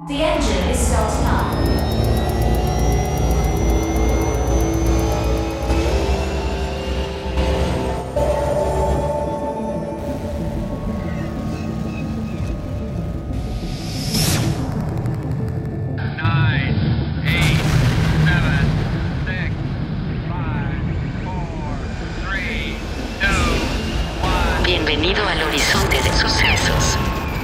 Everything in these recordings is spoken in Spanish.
The engine is starting up. Bienvenido al horizonte de sucesos.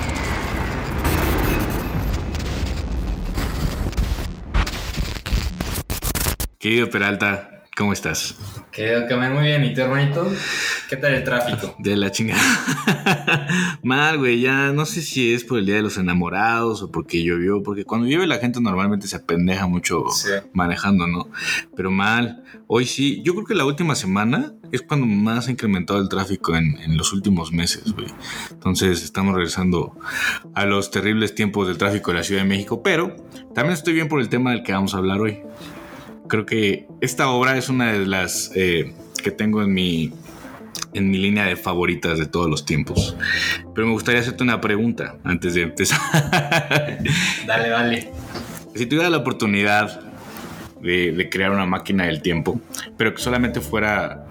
Querido Peralta, ¿cómo estás? Querido Cameron, muy bien. ¿Y tu hermanito? ¿Qué tal el tráfico? De la chingada. Mal, güey, ya no sé si es por el Día de los Enamorados o porque llovió, porque cuando llueve la gente normalmente se apendeja mucho manejando, ¿no? Pero mal. Hoy sí, yo creo que la última semana es cuando más ha incrementado el tráfico en los últimos meses, güey. Entonces estamos regresando a los terribles tiempos del tráfico de la Ciudad de México, pero también estoy bien por el tema del que vamos a hablar hoy. Creo que esta obra es una de las que tengo en mi línea de favoritas de todos los tiempos. Pero me gustaría hacerte una pregunta antes de empezar. Dale. Si tuviera la oportunidad de crear una máquina del tiempo, pero que solamente fuera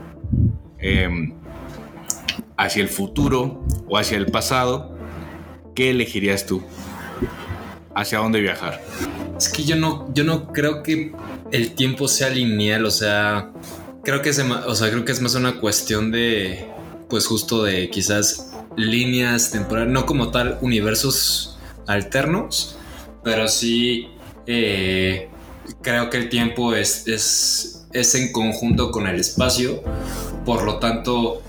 hacia el futuro o hacia el pasado, ¿qué elegirías tú? ¿Hacia dónde viajar? Es que yo no creo que el tiempo sea lineal, o sea, creo que es más una cuestión de, pues justo de quizás líneas temporales, no como tal universos alternos, pero sí creo que el tiempo es en conjunto con el espacio, por lo tanto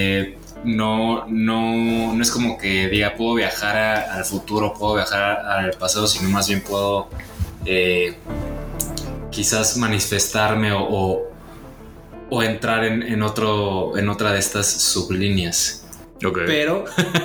no es como que diga puedo viajar al futuro, puedo viajar al pasado, sino más bien puedo quizás manifestarme o entrar en otra de estas sublíneas. Okay. Pero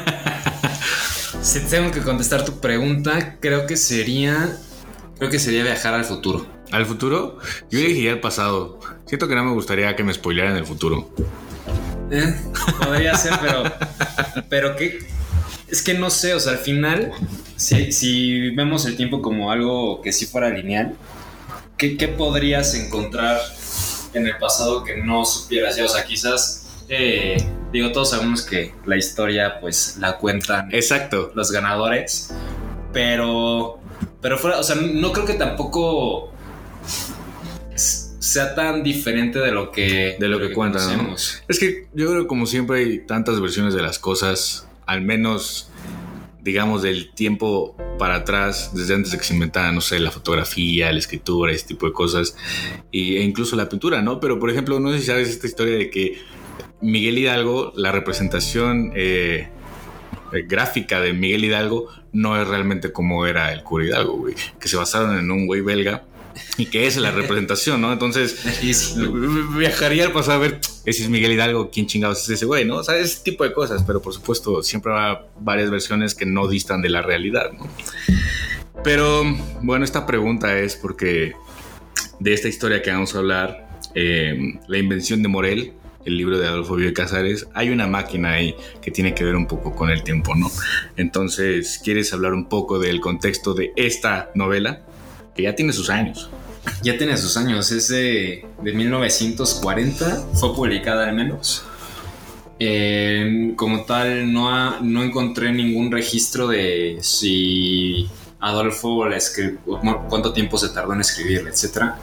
si tengo que contestar tu pregunta, creo que sería viajar al futuro. ¿Al futuro? Yo elegiría el pasado. Siento que no me gustaría que me spoilearan el futuro. Podría ser, pero que es que no sé, o sea, al final si vemos el tiempo como algo que sí fuera lineal, ¿qué podrías encontrar en el pasado que no supieras ya? O sea, quizás todos sabemos que la historia pues la cuentan exacto los ganadores, pero fuera, o sea, no creo que tampoco sea tan diferente de lo que cuentan, ¿no? Es que yo creo que como siempre hay tantas versiones de las cosas, al menos digamos del tiempo para atrás, desde antes de que se inventara, no sé, la fotografía, la escritura, ese tipo de cosas, e incluso la pintura, ¿no? Pero por ejemplo, no sé si sabes esta historia de que Miguel Hidalgo, la representación gráfica de Miguel Hidalgo no es realmente como era el cura Hidalgo, güey, que se basaron en un güey belga y que esa es la representación, ¿no? Entonces viajaría al pasado a ver, ese es Miguel Hidalgo, ¿quién chingados es ese güey, no? O sea, ese tipo de cosas, pero por supuesto siempre habrá varias versiones que no distan de la realidad, ¿no? Pero bueno, esta pregunta es porque de esta historia que vamos a hablar, La invención de Morel, el libro de Adolfo Bioy Casares, hay una máquina ahí que tiene que ver un poco con el tiempo, ¿no? Entonces, ¿quieres hablar un poco del contexto de esta novela? Que ya tiene sus años. Ya tiene sus años, es de 1940, fue publicada al menos. Como tal, no encontré ningún registro de si Adolfo la escribió, cuánto tiempo se tardó en escribirla, etc.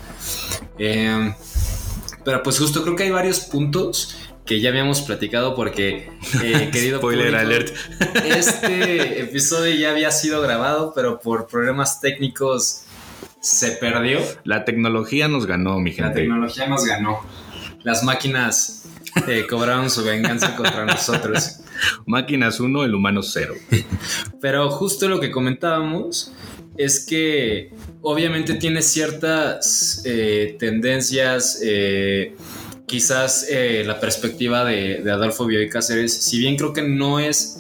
Pero pues justo creo que hay varios puntos que ya habíamos platicado porque, querido spoiler público, alert. Este episodio ya había sido grabado, pero por problemas técnicos se perdió. La tecnología nos ganó, mi gente. La tecnología nos ganó. Las máquinas cobraron su venganza contra nosotros. Máquinas 1, el humano 0. Pero justo lo que comentábamos es que obviamente tiene ciertas tendencias, quizás la perspectiva de Adolfo Bioy Casares, si bien creo que no es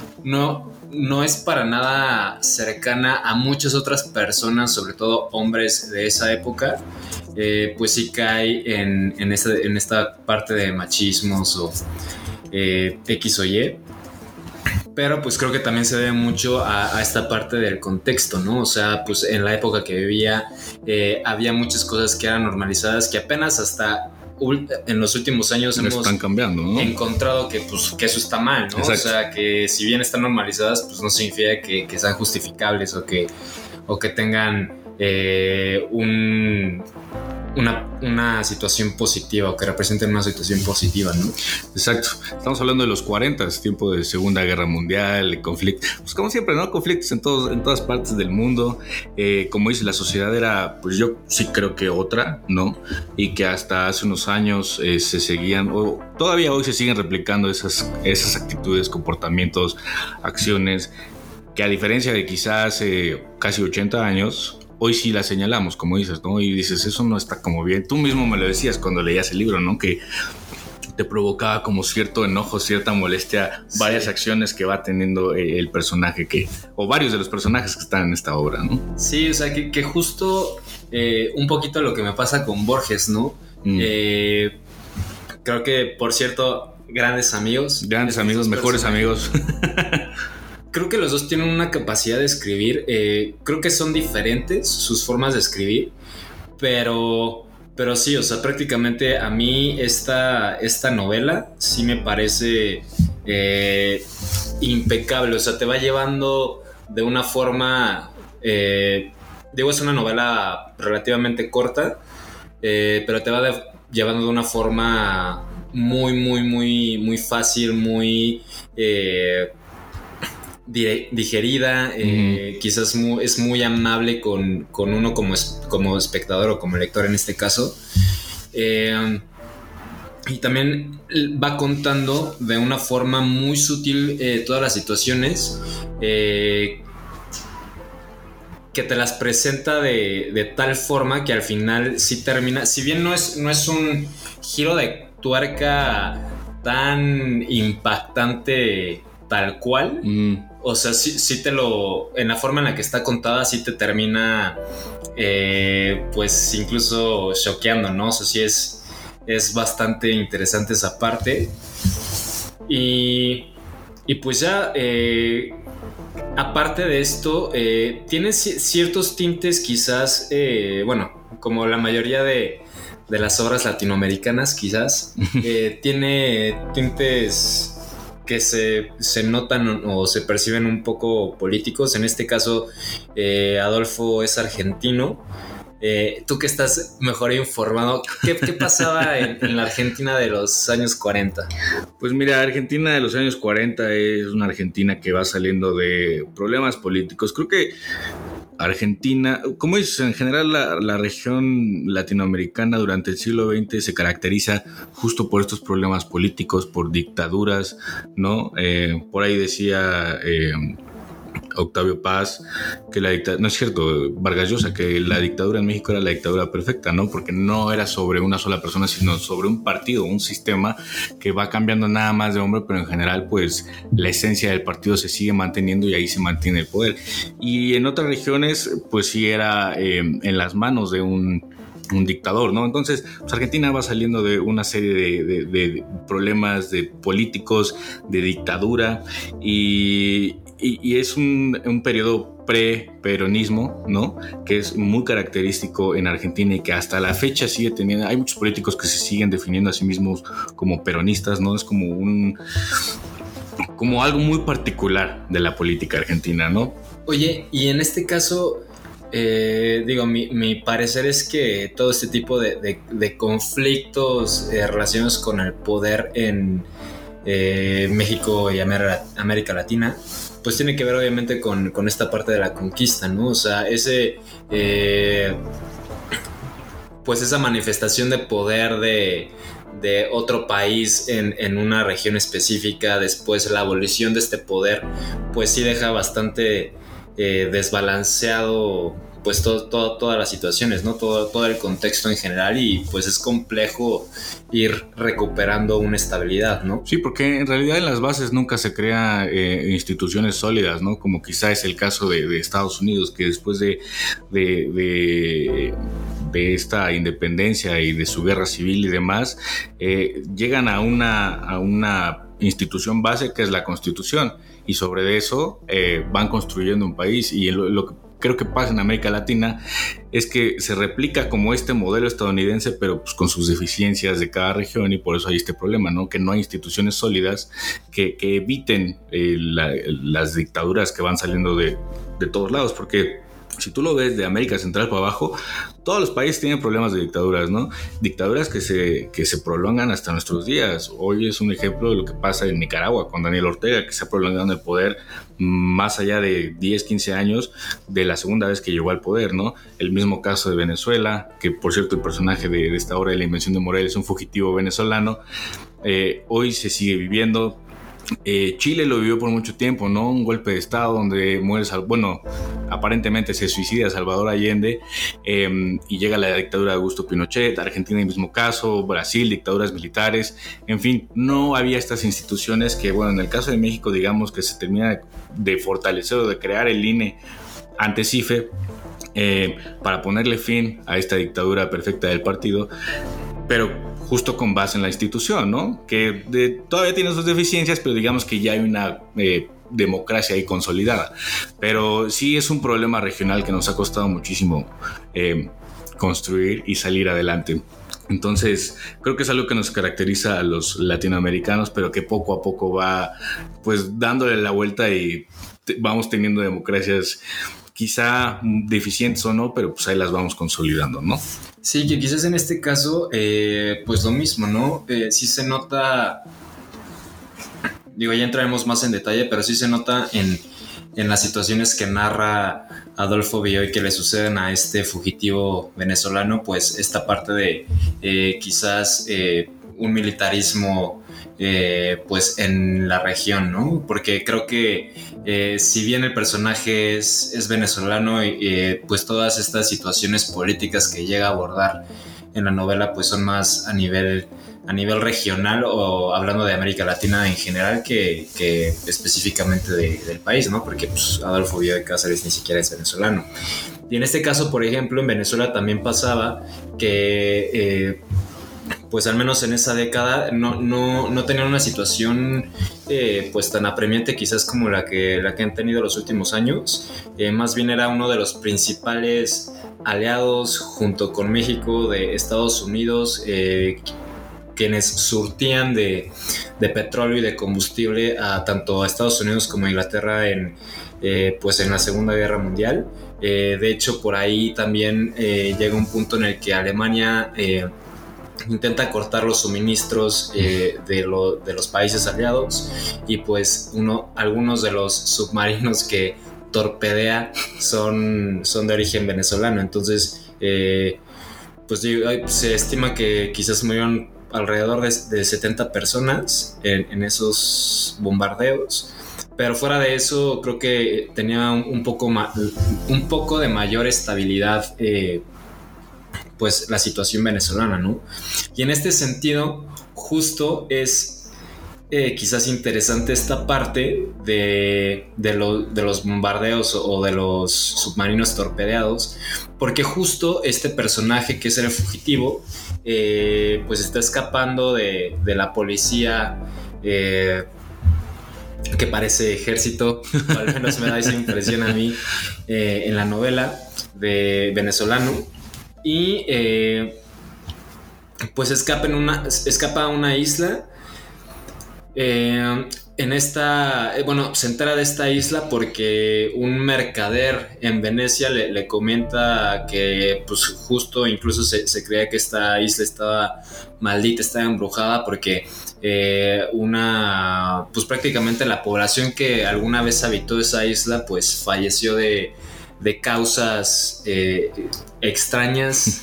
para nada cercana a muchas otras personas, sobre todo hombres de esa época, pues sí cae en esta parte de machismos o X o Y. pero pues creo que también se debe mucho a esta parte del contexto, ¿no? O sea, pues en la época que vivía había muchas cosas que eran normalizadas que apenas hasta en los últimos años hemos están cambiando, ¿no? encontrado que, pues, que eso está mal, ¿no? Exacto. O sea, que si bien están normalizadas, pues no significa que sean justificables o que tengan una situación positiva o que representen una situación positiva, ¿no? Exacto. Estamos hablando de los 40, tiempo de Segunda Guerra Mundial, conflicto. Pues como siempre, ¿no? Conflictos en todas partes del mundo. Como dice, la sociedad era, pues yo sí creo que otra, ¿no? Y que hasta hace unos años se seguían, o todavía hoy se siguen replicando esas actitudes, comportamientos, acciones, que a diferencia de quizás casi 80 años, hoy sí la señalamos, como dices, ¿no? Y dices, eso no está como bien. Tú mismo me lo decías cuando leías el libro, ¿no? Que te provocaba como cierto enojo, cierta molestia, varias acciones que va teniendo el personaje o varios de los personajes que están en esta obra, ¿no? Sí, o sea, que justo un poquito lo que me pasa con Borges, ¿no? Creo que, por cierto, grandes amigos, mejores amigos. Creo que los dos tienen una capacidad de escribir. Creo que son diferentes sus formas de escribir, pero sí, o sea, prácticamente a mí esta novela sí me parece impecable. O sea, te va llevando de una forma... es una novela relativamente corta, pero te va llevando de una forma muy, muy, muy, muy fácil, muy... digerida, quizás es muy amable con uno como espectador o como lector en este caso, y también va contando de una forma muy sutil todas las situaciones, que te las presenta de tal forma que al final sí termina, si bien no es un giro de tuerca tan impactante tal cual, o sea, sí en la forma en la que está contada, sí te termina, pues incluso choqueando, ¿no? O sea, sí es bastante interesante esa parte. Y pues ya, aparte de esto, tiene ciertos tintes quizás, como la mayoría de las obras latinoamericanas quizás, tiene tintes que se notan o se perciben un poco políticos. En este caso, Adolfo es argentino. Tú que estás mejor informado, ¿qué pasaba en la Argentina de los años 40? Pues mira, Argentina de los años 40 es una Argentina que va saliendo de problemas políticos. Creo que Argentina, como dices, en general la región latinoamericana durante el siglo XX se caracteriza justo por estos problemas políticos, por dictaduras, ¿no? Por ahí decía Octavio Paz que la dictadura, no es cierto, Vargas Llosa, que la dictadura en México era la dictadura perfecta, ¿no? Porque no era sobre una sola persona, sino sobre un partido, un sistema que va cambiando nada más de hombre, pero en general pues la esencia del partido se sigue manteniendo y ahí se mantiene el poder. Y en otras regiones pues sí era en las manos de un dictador, ¿no? Entonces, pues Argentina va saliendo de una serie de problemas de políticos, de dictadura, y es un periodo pre-peronismo, ¿no? Que es muy característico en Argentina y que hasta la fecha sigue teniendo. Hay muchos políticos que se siguen definiendo a sí mismos como peronistas, ¿no? Es como algo muy particular de la política argentina, ¿no? Oye, y en este caso, mi parecer es que todo este tipo de conflictos relacionados con el poder en México y América Latina, pues tiene que ver obviamente con esta parte de la conquista, ¿no? O sea, pues esa manifestación de poder de otro país en una región específica, después la abolición de este poder, pues sí deja bastante desbalanceado pues todas las situaciones, ¿no? Todo el contexto en general, y pues es complejo ir recuperando una estabilidad, ¿no? Sí, porque en realidad en las bases nunca se crean instituciones sólidas, ¿no? Como quizá es el caso de Estados Unidos, que después de esta independencia y de su guerra civil y demás, llegan a una institución base que es la Constitución, y sobre eso van construyendo un país. Y lo que creo que pasa en América Latina es que se replica como este modelo estadounidense, pero pues con sus deficiencias de cada región, y por eso hay este problema, ¿no? Que no hay instituciones sólidas que eviten las dictaduras que van saliendo de todos lados, porque si tú lo ves de América Central para abajo, todos los países tienen problemas de dictaduras, ¿no? Dictaduras que se prolongan hasta nuestros días. Hoy es un ejemplo de lo que pasa en Nicaragua con Daniel Ortega, que se ha prolongado en el poder más allá de 10, 15 años de la segunda vez que llegó al poder, ¿no? El mismo caso de Venezuela, que por cierto el personaje de esta obra de La Invención de Morel es un fugitivo venezolano. Hoy se sigue viviendo. Chile lo vivió por mucho tiempo, ¿no? Un golpe de estado donde muere, aparentemente se suicida Salvador Allende, y llega la dictadura de Augusto Pinochet. Argentina el mismo caso, Brasil, dictaduras militares, en fin, no había estas instituciones que, bueno, en el caso de México, digamos que se termina de fortalecer o de crear el INE ante CIFE, para ponerle fin a esta dictadura perfecta del partido, pero justo con base en la institución, ¿no? Que todavía tiene sus deficiencias, pero digamos que ya hay una democracia ahí consolidada. Pero sí es un problema regional que nos ha costado muchísimo construir y salir adelante. Entonces, creo que es algo que nos caracteriza a los latinoamericanos, pero que poco a poco va pues dándole la vuelta y vamos teniendo democracias quizá deficientes o no, pero pues ahí las vamos consolidando, ¿no? Sí, que quizás en este caso, pues lo mismo, ¿no? Sí se nota, digo, ya entraremos más en detalle, pero sí se nota en las situaciones que narra Adolfo Bioy que le suceden a este fugitivo venezolano, pues esta parte de quizás un militarismo pues en la región, ¿no? Porque creo que si bien el personaje es venezolano, pues todas estas situaciones políticas que llega a abordar en la novela pues son más a nivel regional, o hablando de América Latina en general, que específicamente del país, ¿no? Porque pues, Adolfo Bioy Cáceres ni siquiera es venezolano. Y en este caso, por ejemplo, en Venezuela también pasaba que pues al menos en esa década no tenían una situación pues tan apremiante quizás como la que han tenido los últimos años. Más bien era uno de los principales aliados junto con México de Estados Unidos, quienes surtían de petróleo y de combustible a tanto a Estados Unidos como a Inglaterra pues en la Segunda Guerra Mundial. De hecho, por ahí también llega un punto en el que Alemania intenta cortar los suministros de los países aliados, y pues algunos de los submarinos que torpedea son de origen venezolano. Entonces pues se estima que quizás murieron alrededor de 70 personas en esos bombardeos, pero fuera de eso creo que tenía un poco de mayor estabilidad pues la situación venezolana, ¿no? Y en este sentido justo es quizás interesante esta parte de los bombardeos o de los submarinos torpedeados, porque justo este personaje que es el fugitivo pues está escapando de la policía que parece ejército, o al menos me da esa impresión a mí en la novela de venezolano, y pues escapa a una isla. En esta, se entera de esta isla porque un mercader en Venecia le comenta que pues justo incluso se creía que esta isla estaba maldita, estaba embrujada, porque pues prácticamente la población que alguna vez habitó esa isla pues falleció de causas extrañas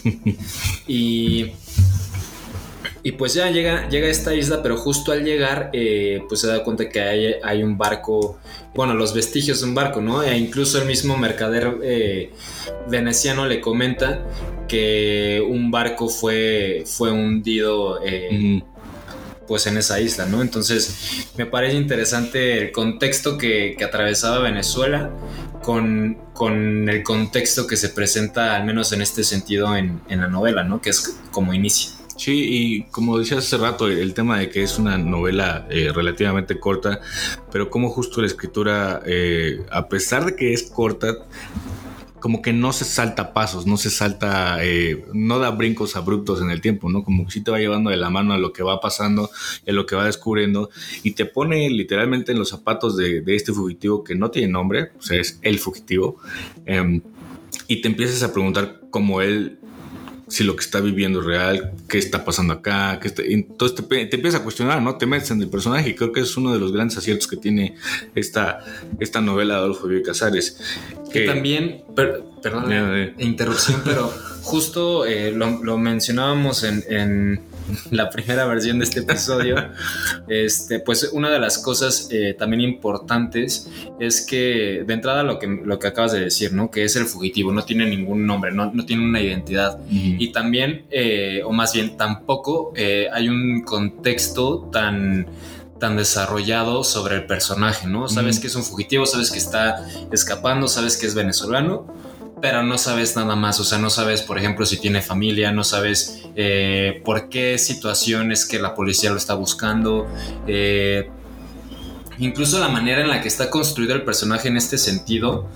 y pues ya llega a esta isla, pero justo al llegar pues se da cuenta que hay un barco, los vestigios de un barco, ¿no? E incluso el mismo mercader veneciano le comenta que un barco fue hundido pues en esa isla, ¿no? Entonces me parece interesante el contexto que atravesaba Venezuela con el contexto que se presenta, al menos en este sentido, en la novela, ¿no? Que es como inicia. Sí, y como decías hace rato, el tema de que es una novela relativamente corta, pero como justo la escritura, a pesar de que es corta, como que no se salta pasos, no se salta, no da brincos abruptos en el tiempo, ¿no? Como que sí te va llevando de la mano a lo que va pasando, a lo que va descubriendo, y te pone literalmente en los zapatos de este fugitivo que no tiene nombre, o sea, es el fugitivo, y te empiezas a preguntar como él, si lo que está viviendo es real, qué está pasando acá, entonces te empiezas a cuestionar, ¿no? Te metes en el personaje, y creo que es uno de los grandes aciertos que tiene esta novela de Adolfo Bioy Casares. Que también, perdón la interrupción, pero justo lo mencionábamos en la primera versión de este episodio. Pues una de las cosas también importantes es que de entrada lo que acabas de decir, ¿no? Que es el fugitivo, no tiene ningún nombre, no tiene una identidad. Y también, o más bien tampoco hay un contexto tan desarrollado sobre el personaje, ¿no? Sabes que es un fugitivo, sabes que está escapando, sabes que es venezolano, pero no sabes nada más. O sea, no sabes, por ejemplo, si tiene familia, no sabes por qué situación es que la policía lo está buscando. Incluso la manera en la que está construido el personaje en este sentido,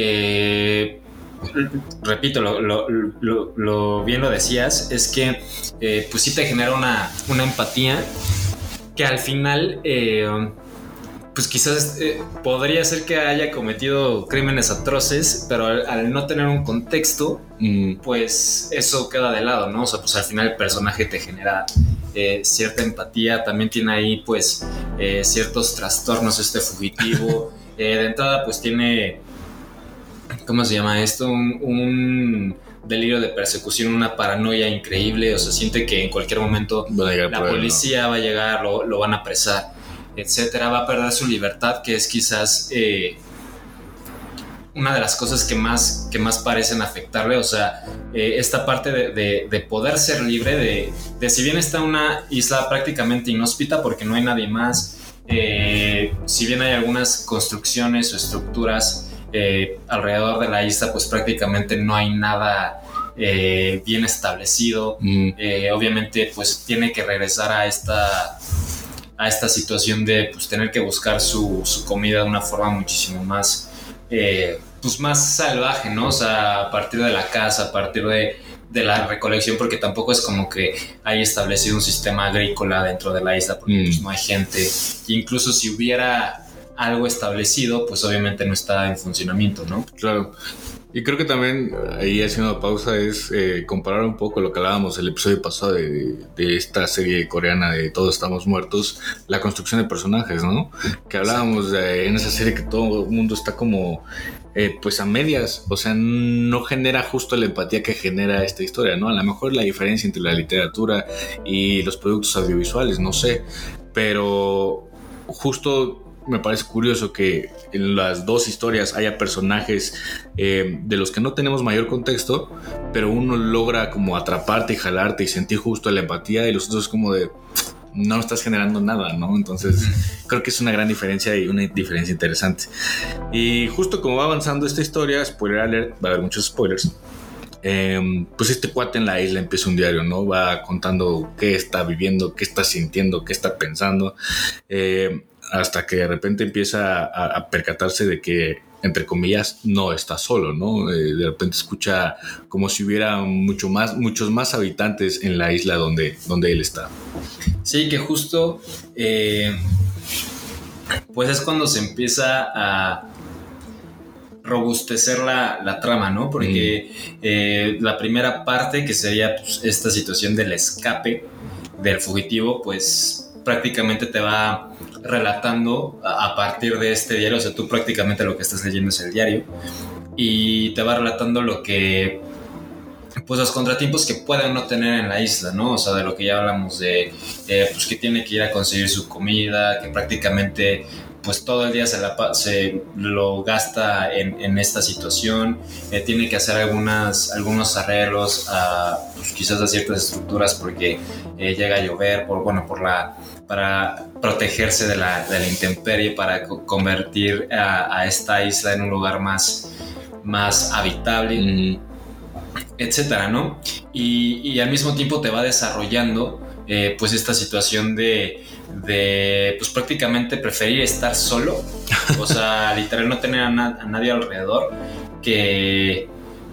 repito, lo bien lo decías, es que pues sí te genera una empatía que al final pues quizás podría ser que haya cometido crímenes atroces, pero al no tener un contexto, pues eso queda de lado, ¿no? O sea, pues al final el personaje te genera cierta empatía, también tiene ahí pues ciertos trastornos este fugitivo. De entrada pues tiene, ¿cómo se llama esto? Un delirio de persecución, una paranoia increíble, o sea, siente que en cualquier momento la policía va a llegar, lo van a apresar, etcétera, va a perder su libertad, que es quizás una de las cosas que más parecen afectarle. O sea, esta parte de poder ser libre, de si bien está una isla prácticamente inhóspita porque no hay nadie más, si bien hay algunas construcciones o estructuras alrededor de la isla, pues prácticamente no hay nada bien establecido. Obviamente pues tiene que regresar a esta situación de pues tener que buscar su comida de una forma muchísimo más pues más salvaje, ¿no? O sea, a partir de la caza, a partir de la recolección, porque tampoco es como que haya establecido un sistema agrícola dentro de la isla, porque pues no hay gente. Incluso si hubiera algo establecido, pues obviamente no está en funcionamiento, ¿no? Claro. Y creo que también, ahí haciendo pausa, es comparar un poco lo que hablábamos el episodio pasado de esta serie coreana de Todos Estamos Muertos, la construcción de personajes, ¿no? Que hablábamos en esa serie que todo el mundo está como pues a medias, o sea, no genera justo la empatía que genera esta historia, ¿no? A lo mejor la diferencia entre la literatura y los productos audiovisuales, no sé, pero justo me parece curioso que en las dos historias haya personajes de los que no tenemos mayor contexto, pero uno logra como atraparte y jalarte y sentir justo la empatía, y los otros es como de no estás generando nada, ¿no? Entonces creo que es una gran diferencia y una diferencia interesante. Y justo como va avanzando esta historia, spoiler alert, va a haber muchos spoilers, pues este cuate en la isla empieza un diario, ¿no? Va contando qué está viviendo, qué está sintiendo, qué está pensando, hasta que de repente empieza a percatarse de que, entre comillas, no está solo, ¿no? De repente escucha como si hubiera muchos más habitantes en la isla donde él está. Sí, que justo pues es cuando se empieza a robustecer la trama, ¿no? Porque la primera parte, que sería pues esta situación del escape del fugitivo, pues prácticamente te va relatando a partir de este diario. O sea, tú prácticamente lo que estás leyendo es el diario y te va relatando lo que, pues los contratiempos que puede no tener en la isla, ¿no? O sea, de lo que ya hablamos de pues que tiene que ir a conseguir su comida, que prácticamente pues todo el día se lo gasta en esta situación, tiene que hacer algunos arreglos pues quizás a ciertas estructuras porque llega a llover, para protegerse de la intemperie, para convertir a esta isla en un lugar más habitable, etcétera, ¿no? y al mismo tiempo te va desarrollando pues esta situación de pues prácticamente preferir estar solo, o sea, literal no tener a nadie alrededor, que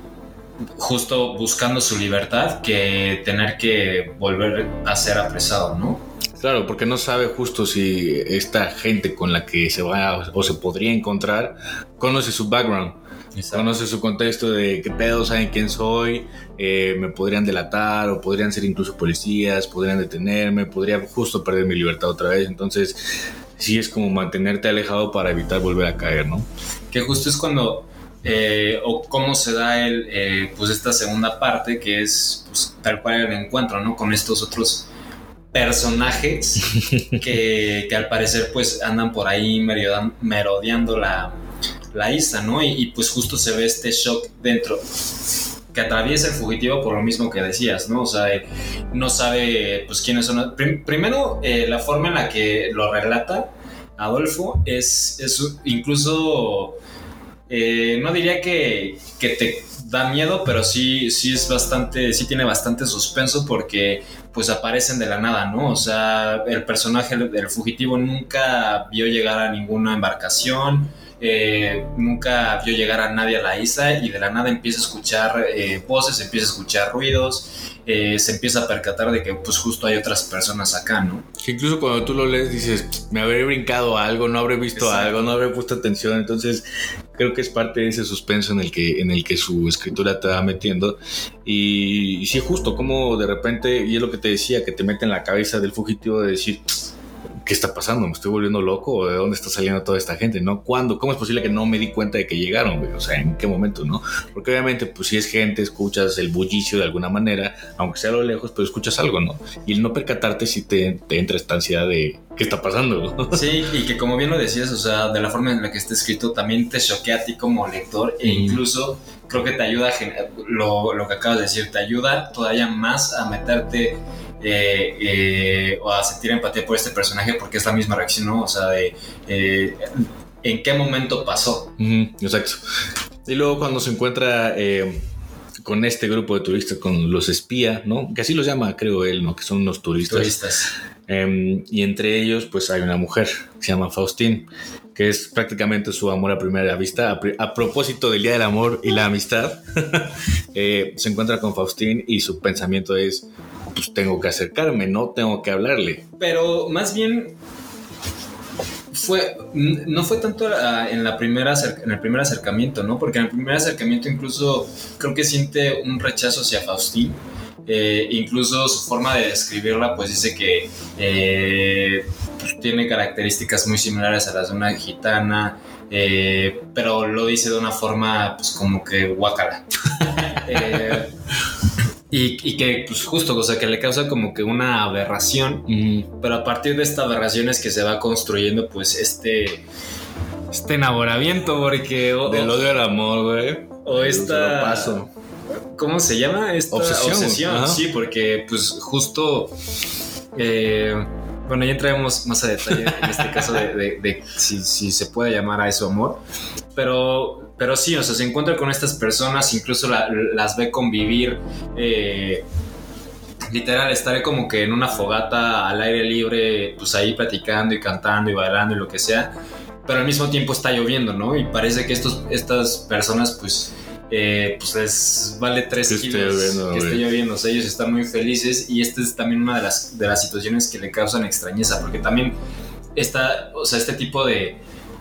justo buscando su libertad, que tener que volver a ser apresado, ¿no? Claro, porque no sabe justo si esta gente con la que se va o se podría encontrar conoce su background. Exacto. Conoce su contexto de qué pedo, saben quién soy, me podrían delatar o podrían ser incluso policías, podrían detenerme, podría justo perder mi libertad otra vez. Entonces sí es como mantenerte alejado para evitar volver a caer, ¿no? Que justo es cuando o cómo se da pues esta segunda parte, que es pues, tal cual el encuentro, ¿no? Con estos otros personajes que al parecer pues andan por ahí merodeando la isla, ¿no? Y pues justo se ve este shock dentro que atraviesa el fugitivo por lo mismo que decías, ¿no? O sea, no sabe pues quiénes son. Primero, la forma en la que lo relata Adolfo es incluso, no diría que te da miedo, pero sí es bastante, sí tiene bastante suspenso porque pues aparecen de la nada, ¿no? O sea, el personaje del fugitivo nunca vio llegar a ninguna embarcación, nunca vio llegar a nadie a la isla y de la nada empieza a escuchar voces, empieza a escuchar ruidos, se empieza a percatar de que pues justo hay otras personas acá, ¿no? Que incluso cuando tú lo lees dices, me habré brincado algo, no habré visto Exacto. algo, no habré puesto atención. Entonces creo que es parte de ese suspenso en el que su escritura te va metiendo. Y sí, justo como de repente, y es lo que te decía, que te mete en la cabeza del fugitivo de decir, ¿qué está pasando? ¿Me estoy volviendo loco? ¿O de dónde está saliendo toda esta gente? ¿No? ¿Cuándo? ¿Cómo es posible que no me di cuenta de que llegaron, güey? O sea, ¿en qué momento, no? Porque obviamente, pues si es gente, escuchas el bullicio de alguna manera, aunque sea a lo lejos, pero escuchas algo, ¿no? Y el no percatarte si te entra esta ansiedad de ¿qué está pasando? Sí, y que como bien lo decías, o sea, de la forma en la que está escrito, también te choquea a ti como lector e incluso creo que te ayuda a lo que acabas de decir, te ayuda todavía más a meterte o a sentir empatía por este personaje porque es la misma reacción, ¿no? O sea, de ¿en qué momento pasó? Exacto. Y luego cuando se encuentra con este grupo de turistas, con los espía, ¿no? Que así los llama, creo él, ¿no? Que son unos turistas. Y entre ellos, pues hay una mujer que se llama Faustine, que es prácticamente su amor a primera vista. A propósito del Día del Amor y la Amistad, se encuentra con Faustine y su pensamiento es, pues tengo que acercarme, no tengo que hablarle. Pero más bien no fue tanto en el primer acercamiento, ¿no? Porque en el primer acercamiento incluso creo que siente un rechazo hacia Faustine. Incluso su forma de describirla pues dice que pues, tiene características muy similares a las de una gitana, pero lo dice de una forma pues como que guácala. Y que pues justo, o sea, que le causa como que una aberración, pero a partir de esta aberración es que se va construyendo pues este enamoramiento, porque del odio al amor, güey. O esta paso. ¿Cómo se llama? Esta obsesión. Sí, porque pues justo bueno, ya entraremos más a detalle en este caso de si se puede llamar a eso amor, pero sí, o sea, se encuentra con estas personas, incluso las ve convivir, literal, estaré como que en una fogata al aire libre, pues ahí platicando y cantando y bailando y lo que sea, pero al mismo tiempo está lloviendo, ¿no? Y parece que estas personas pues les vale 3 kilos que esté lloviendo, o sea, ellos están muy felices y esta es también una de las situaciones que le causan extrañeza, porque también este tipo de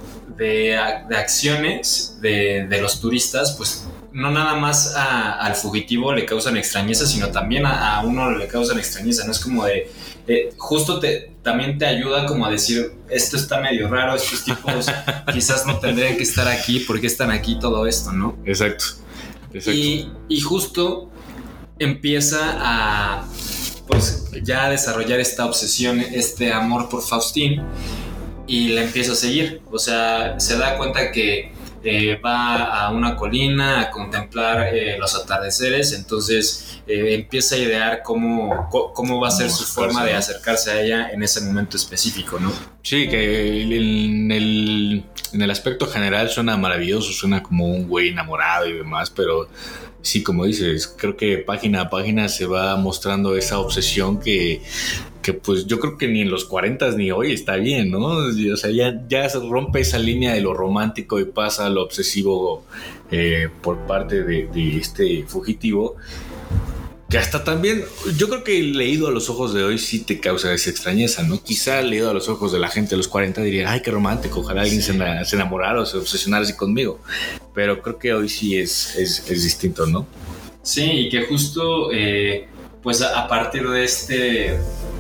acciones de los turistas, pues no nada más al fugitivo le causan extrañeza, sino también a uno le causan extrañeza, no es como de justo también te ayuda como a decir, esto está medio raro, estos tipos quizás no tendrían que estar aquí, ¿por qué están aquí todo esto, no? Exacto. Y justo empieza a pues ya a desarrollar esta obsesión, este amor por Faustine, y la empieza a seguir, o sea, se da cuenta que va a una colina a contemplar los atardeceres, entonces empieza a idear cómo va a ser su forma de acercarse a ella en ese momento específico, ¿no? Sí, que en el aspecto general suena maravilloso, suena como un güey enamorado y demás, pero sí, como dices, creo que página a página se va mostrando esa obsesión que pues yo creo que ni en los 40 ni hoy está bien, ¿no? O sea, ya se rompe esa línea de lo romántico y pasa a lo obsesivo por parte de este fugitivo. Que hasta también, yo creo que leído a los ojos de hoy sí te causa esa extrañeza, ¿no? Quizá leído a los ojos de la gente de los 40 diría, ay, qué romántico, ojalá alguien se enamorara o se obsesionara así conmigo. Pero creo que hoy sí es distinto, ¿no? Sí, y que justo, pues a partir de este...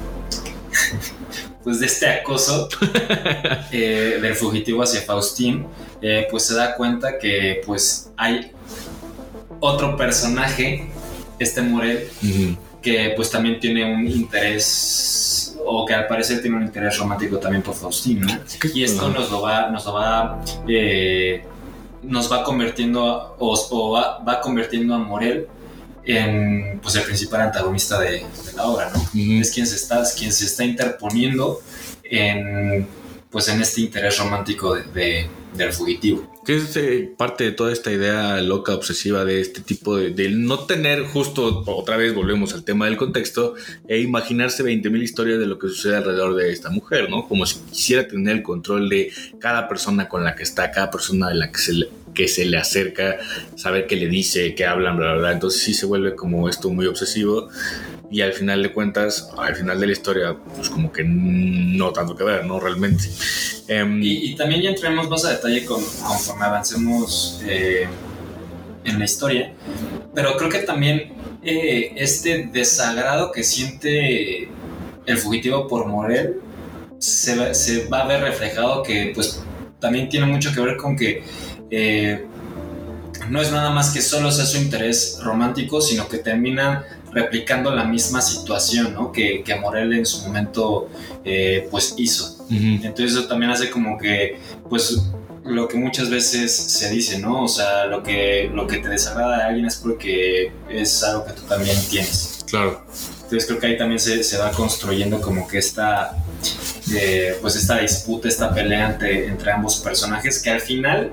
pues de este acoso del fugitivo hacia Faustín, pues se da cuenta que pues hay otro personaje, Morel, que pues también tiene un interés, o que al parecer tiene un interés romántico también por Faustín, ¿no? Y esto nos va convirtiendo va convirtiendo a Morel en pues el principal antagonista de la obra, ¿no? Es quien se está interponiendo en este interés romántico del fugitivo. Que es parte de toda esta idea loca, obsesiva de este tipo de no tener, justo otra vez volvemos al tema del contexto, e imaginarse 20,000 historias de lo que sucede alrededor de esta mujer, ¿no? Como si quisiera tener el control de cada persona con la que está, cada persona de la que se le acerca, saber qué le dice, qué hablan, bla, bla, bla. Entonces sí se vuelve como esto muy obsesivo. Y al final de cuentas, al final de la historia, pues como que no tanto que ver, ¿no? Realmente. Y también ya entraremos más a detalle conforme avancemos en la historia. Pero creo que también este desagrado que siente el fugitivo por Morel se va a ver reflejado, que pues también tiene mucho que ver con que no es nada más que solo sea su interés romántico, sino que termina replicando la misma situación, ¿no? que Morel en su momento pues hizo. Entonces eso también hace como que pues lo que muchas veces se dice, ¿no? O sea, lo que te desagrada de alguien es porque es algo que tú también tienes. Claro. Entonces creo que ahí también se va construyendo como que esta disputa, esta pelea entre ambos personajes, que al final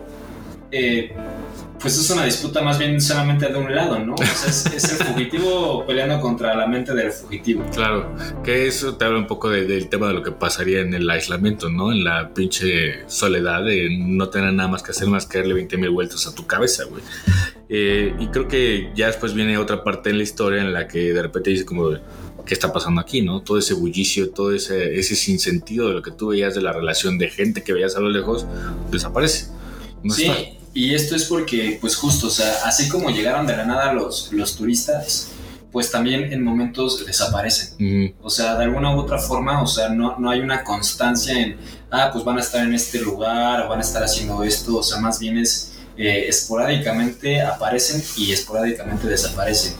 pues es una disputa más bien solamente de un lado, ¿no? O sea, es el fugitivo peleando contra la mente del fugitivo. Claro, que eso te habla un poco del tema de lo que pasaría en el aislamiento, ¿no? En la pinche soledad de no tener nada más que hacer más que darle 20,000 vueltas a tu cabeza, güey. Y creo que ya después viene otra parte en la historia en la que de repente dice como, ¿qué está pasando aquí, no? Todo ese bullicio, todo ese sinsentido de lo que tú veías de la relación de gente que veías a lo lejos, desaparece. No sí. Está. Y esto es porque, pues justo, o sea, así como llegaron de la nada los turistas, pues también en momentos desaparecen. O sea, de alguna u otra forma, o sea, no hay una constancia en, pues van a estar en este lugar, o van a estar haciendo esto, o sea, más bien es esporádicamente aparecen y esporádicamente desaparecen.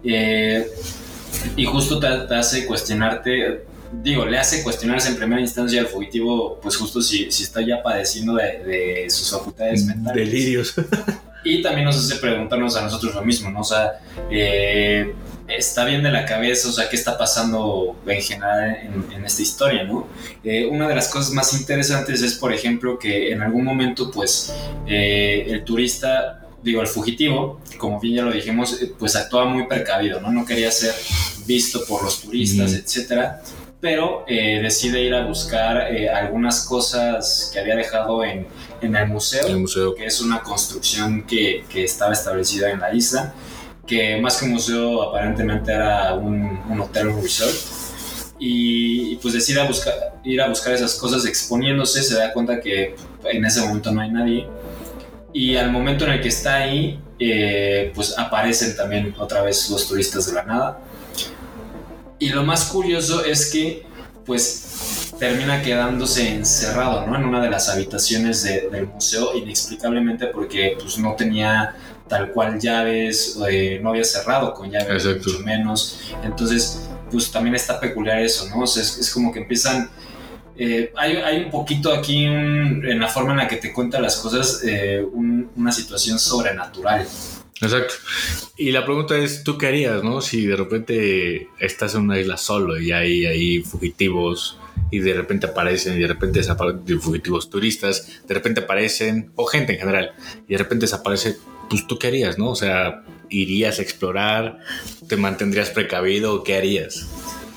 Y justo te hace cuestionarte, le hace cuestionarse en primera instancia al fugitivo, pues justo si está ya padeciendo de sus facultades mentales. Delirios. Y también nos hace preguntarnos a nosotros lo mismo, ¿no? O sea, ¿está bien de la cabeza? O sea, ¿qué está pasando en general en esta historia, no? Una de las cosas más interesantes es, por ejemplo, que en algún momento, pues, el turista, el fugitivo, como bien ya lo dijimos, pues actuaba muy precavido, ¿no? No quería ser visto por los turistas, etcétera. Pero decide ir a buscar algunas cosas que había dejado en el museo, que es una construcción que estaba establecida en la isla, que más que un museo aparentemente era un hotel, un resort, y pues decide ir a buscar esas cosas exponiéndose, se da cuenta que en ese momento no hay nadie, y al momento en el que está ahí, pues aparecen también otra vez los turistas de la nada. Y lo más curioso es que, pues, termina quedándose encerrado, ¿no? En una de las habitaciones del museo, inexplicablemente porque, pues, no tenía tal cual llaves, no había cerrado con llaves, mucho menos. Entonces, pues, también está peculiar eso, ¿no? O sea, es como que empiezan hay un poquito aquí en la forma en la que te cuenta las cosas, una situación sobrenatural. Exacto. Y la pregunta es, ¿tú qué harías, no? Si de repente estás en una isla solo y hay fugitivos y de repente aparecen y de repente desaparecen fugitivos turistas, de repente aparecen, o gente en general, y de repente desaparece, pues ¿tú qué harías, no? O sea, ¿irías a explorar? ¿Te mantendrías precavido? ¿Qué harías?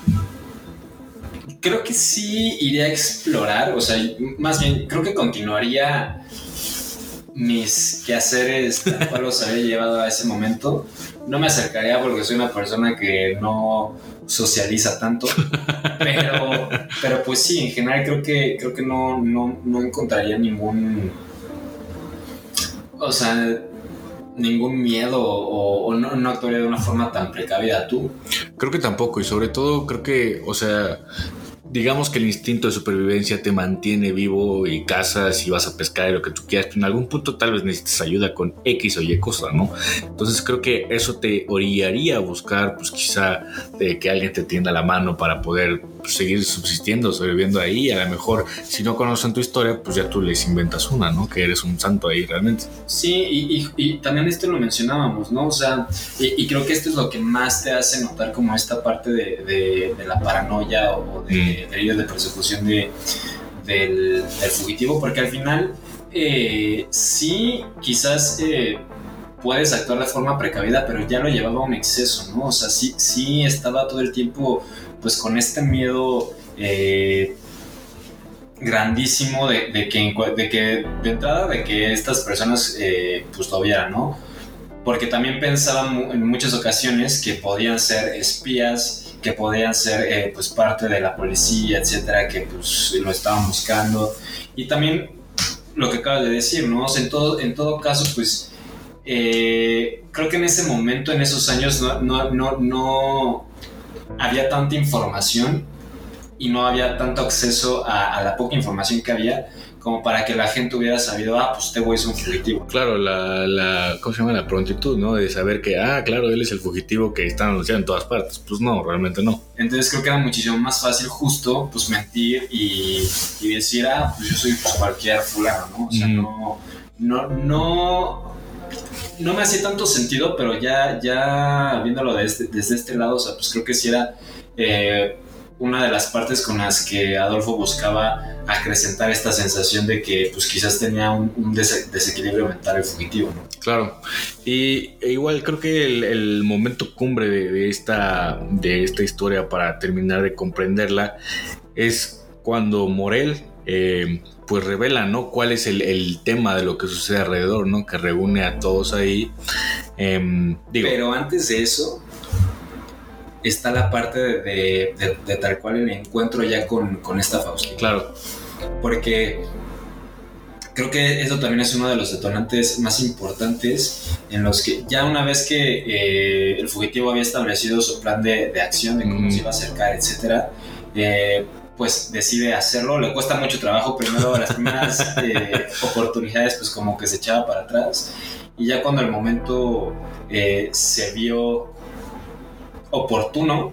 Creo que sí iría a explorar, o sea, más bien creo que continuaría mis quehaceres tal cual los había llevado a ese momento. No me acercaría porque soy una persona que no socializa tanto, pero pues sí, en general creo que no encontraría ningún, o sea, ningún miedo o no actuaría de una forma tan precavida. ¿Tú? Creo que tampoco, y sobre todo creo que, o sea, digamos que el instinto de supervivencia te mantiene vivo y cazas y vas a pescar y lo que tú quieras, pero en algún punto tal vez necesites ayuda con X o Y cosa, ¿no? Entonces creo que eso te orillaría a buscar, pues quizá que alguien te tienda la mano para poder seguir subsistiendo, sobreviviendo ahí. A lo mejor si no conocen tu historia, pues ya tú les inventas una, ¿no? Que eres un santo ahí realmente. Sí, y también esto lo mencionábamos, ¿no? O sea, y creo que esto es lo que más te hace notar como esta parte de la paranoia o de de persecución del fugitivo, porque al final sí, quizás puedes actuar de forma precavida, pero ya lo llevaba a un exceso, ¿no? O sea, sí estaba todo el tiempo pues con este miedo grandísimo de que de entrada de que estas personas pues lo vieran, ¿no? Porque también pensaba en muchas ocasiones que podían ser espías, que podían ser pues parte de la policía, etcétera, que pues lo estaban buscando. Y también lo que acabas de decir, ¿no? O sea, en todo caso, pues creo que en ese momento, en esos años, no había tanta información y no había tanto acceso a la poca información que había como para que la gente hubiera sabido, pues este güey es un fugitivo. Claro, ¿cómo se llama? La prontitud, ¿no? De saber que, claro, él es el fugitivo que están anunciando en todas partes. Pues no, realmente no. Entonces creo que era muchísimo más fácil justo, pues mentir y decir, pues yo soy pues, cualquier fulano, ¿no? O sea, no me hacía tanto sentido, pero ya viéndolo desde este lado, o sea, pues creo que sí era una de las partes con las que Adolfo buscaba acrecentar esta sensación de que pues quizás tenía un desequilibrio mental el fugitivo, ¿no? Claro, y igual creo que el momento cumbre de esta historia para terminar de comprenderla es cuando Morel pues revela, ¿no? Cuál es el tema de lo que sucede alrededor, ¿no? Que reúne a todos ahí. Pero antes de eso está la parte de tal cual el encuentro ya con esta Faustina. Claro. Porque creo que eso también es uno de los detonantes más importantes en los que ya una vez que el fugitivo había establecido su plan de acción, de cómo se iba a acercar, etcétera, pues decide hacerlo. Le cuesta mucho trabajo. Primero, las primeras oportunidades, pues como que se echaba para atrás. Y ya cuando el momento se vio oportuno,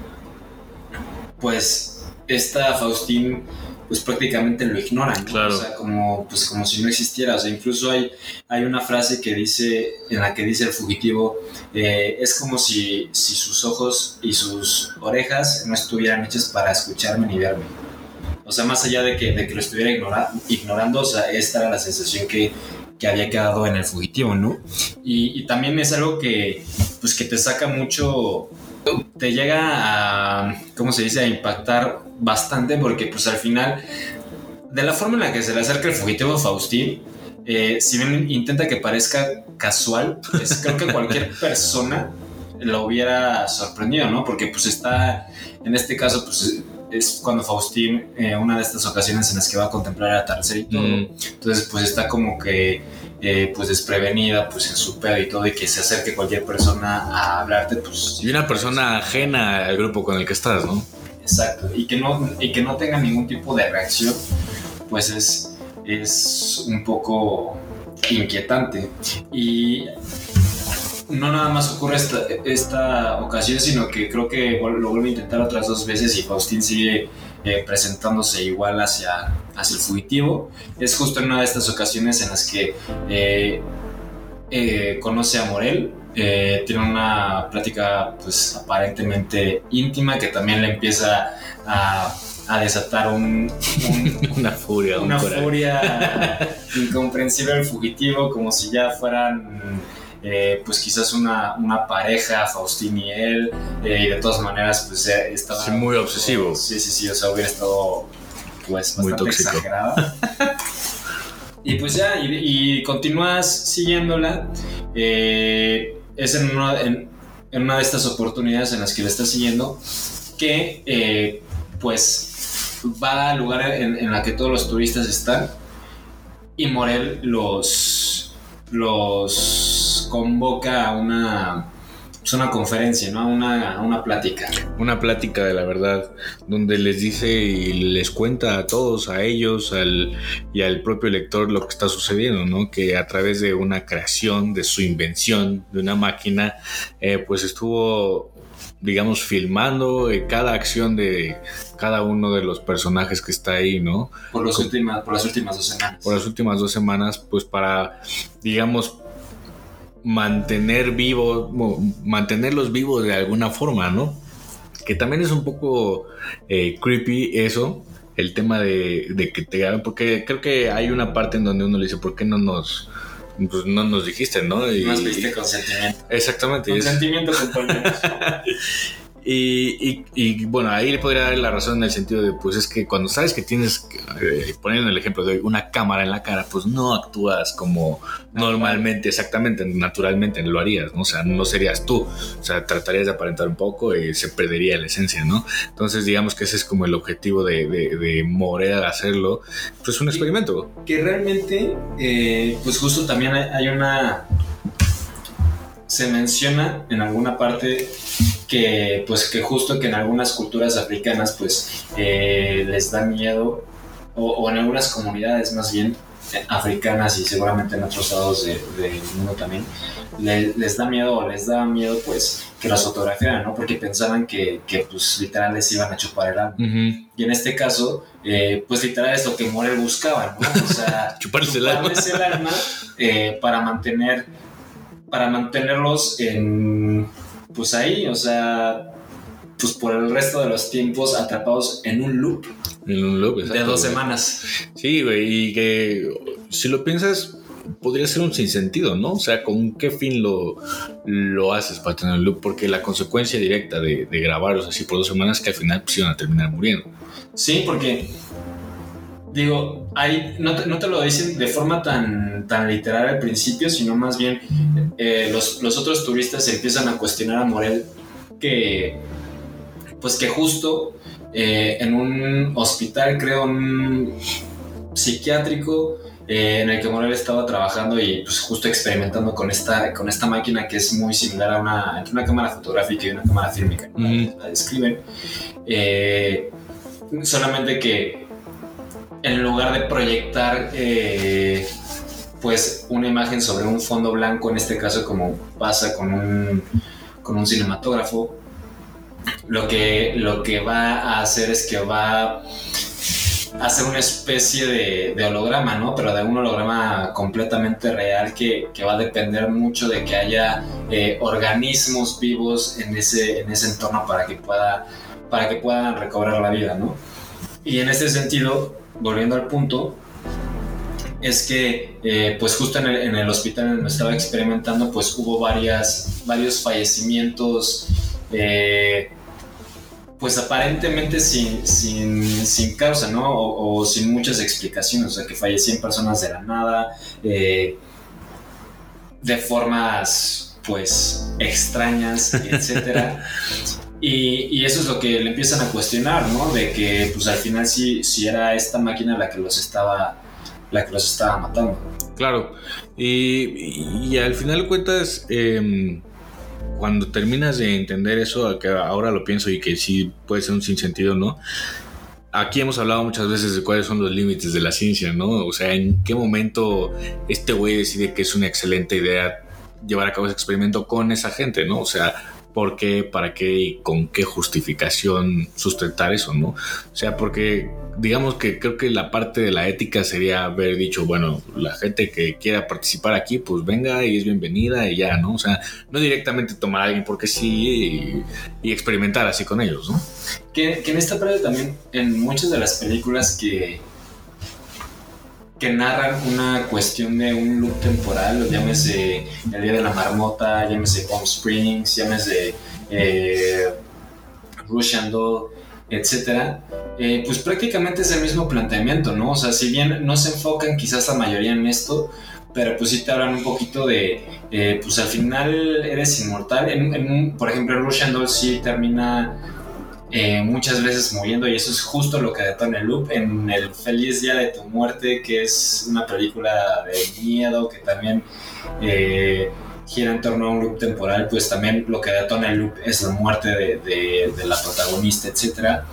pues esta Faustín pues prácticamente lo ignora, ¿no? Claro. O sea, como si no existiera. O sea, incluso hay una frase en la que dice el fugitivo, es como si sus ojos y sus orejas no estuvieran hechas para escucharme ni verme. O sea, más allá de que lo estuviera ignorando, o sea, esta era la sensación que había quedado en el fugitivo, ¿no? Y también es algo que te saca mucho, te llega a, ¿cómo se dice?, a impactar bastante, porque pues al final, de la forma en la que se le acerca el fugitivo a Faustín, si bien intenta que parezca casual, creo que cualquier persona lo hubiera sorprendido, ¿no? Porque pues está, en este caso, pues es cuando Faustín, una de estas ocasiones en las que va a contemplar el atardecer y todo, entonces pues está como que pues desprevenida pues en su pedo y todo, y que se acerque cualquier persona a hablarte, pues... Y una persona ajena al grupo con el que estás, ¿no? Exacto, y que no tenga ningún tipo de reacción, pues es un poco inquietante. Y no nada más ocurre esta ocasión, sino que creo que lo vuelve a intentar otras 2 veces y Faustín sigue presentándose igual hacia el fugitivo. Es justo en una de estas ocasiones en las que conoce a Morel. Tiene una plática pues aparentemente íntima que también le empieza a desatar una furia incomprensible al fugitivo, como si ya fueran pues quizás una pareja, Faustín y él, y de todas maneras pues estaba sí, muy obsesivo. Sí, o sea, hubiera estado pues muy bastante tóxico. Exagerada. Y pues ya, y continúas siguiéndola. Es en una de estas oportunidades en las que le estás siguiendo que pues va al lugar en la que todos los turistas están, y Morel los convoca a una conferencia, ¿no? A una plática. Una plática de la verdad, donde les dice y les cuenta a todos, a ellos y al propio lector lo que está sucediendo, ¿no? Que a través de una creación, de su invención, de una máquina, pues estuvo, digamos, filmando cada acción de cada uno de los personajes que está ahí, ¿no? Por las últimas 2 semanas. Por las últimas 2 semanas, pues para, digamos, mantenerlos vivos de alguna forma, ¿no? Que también es un poco creepy eso, el tema de que te hagan, porque creo que hay una parte en donde uno le dice, ¿por qué no nos dijiste, no? Y nos viste consentimiento. Exactamente. Consentimiento, compañeros. Y bueno, ahí le podría dar la razón en el sentido de, pues es que cuando sabes que tienes, poniendo el ejemplo de hoy, una cámara en la cara, pues no actúas como normalmente, exactamente, naturalmente lo harías, ¿no? O sea, no serías tú, o sea, tratarías de aparentar un poco y se perdería la esencia, ¿no? Entonces, digamos que ese es como el objetivo de Morel al hacerlo, pues un experimento. Que realmente, pues justo también hay una... Se menciona en alguna parte que justo que en algunas culturas africanas pues les da miedo, o en algunas comunidades más bien africanas y seguramente en otros lados del mundo también les da miedo pues que los fotografiaran, ¿no? Porque pensaban que pues literal les iban a chupar el alma. Uh-huh. Y en este caso pues literal es lo que Morel buscaba, ¿no? O sea, chuparles el alma para mantenerlos en, pues ahí, o sea, pues por el resto de los tiempos atrapados en un loop. Exacto, de 2 semanas. Sí, güey, y que si lo piensas, podría ser un sinsentido, ¿no? O sea, ¿con qué fin lo haces para tener un loop? Porque la consecuencia directa de grabarlos así por 2 semanas es que al final pues iban a terminar muriendo. Sí, porque... Digo, ahí no te lo dicen de forma tan literal al principio, sino más bien los otros turistas empiezan a cuestionar a Morel que justo en un hospital, creo, un psiquiátrico, en el que Morel estaba trabajando y pues justo experimentando con esta máquina que es muy similar a entre una cámara fotográfica y una cámara fílmica, ¿no? La describen. Solamente que en lugar de proyectar pues una imagen sobre un fondo blanco, en este caso como pasa con un cinematógrafo, lo que va a hacer es que va a hacer una especie de holograma, ¿no? Pero de un holograma completamente real que va a depender mucho de que haya organismos vivos en ese entorno para que puedan recobrar la vida, ¿no? Y en este sentido, volviendo al punto, es que pues justo en el hospital en donde estaba experimentando pues hubo varios fallecimientos pues aparentemente sin causa, ¿no? O sin muchas explicaciones, o sea que fallecían personas de la nada, de formas pues extrañas, etcétera. Y eso es lo que le empiezan a cuestionar, ¿no? De que pues al final sí era esta máquina la que los estaba matando. Claro. Y al final de cuentas, cuando terminas de entender eso, que ahora lo pienso y que sí puede ser un sinsentido, ¿no? Aquí hemos hablado muchas veces de cuáles son los límites de la ciencia, ¿no? O sea, en qué momento este güey decide que es una excelente idea llevar a cabo ese experimento con esa gente, ¿no? O sea, por qué, para qué y con qué justificación sustentar eso, ¿no? O sea, porque digamos que creo que la parte de la ética sería haber dicho, bueno, la gente que quiera participar aquí, pues venga y es bienvenida y ya, ¿no? O sea, no directamente tomar a alguien porque sí y experimentar así con ellos, ¿no? Que en esta parte también, en muchas de las películas que narran una cuestión de un loop temporal, llámese El Día de la Marmota, llámese Palm Springs, llámese Russian Doll, etcétera, pues prácticamente es el mismo planteamiento, ¿no? O sea, si bien no se enfocan quizás la mayoría en esto, pero pues sí te hablan un poquito de, pues al final eres inmortal. Por ejemplo, en Russian Doll sí termina muchas veces muriendo, y eso es justo lo que detona el loop. En El Feliz Día de tu Muerte, que es una película de miedo que también gira en torno a un loop temporal, pues también lo que detona el loop es la muerte de la protagonista, etcétera.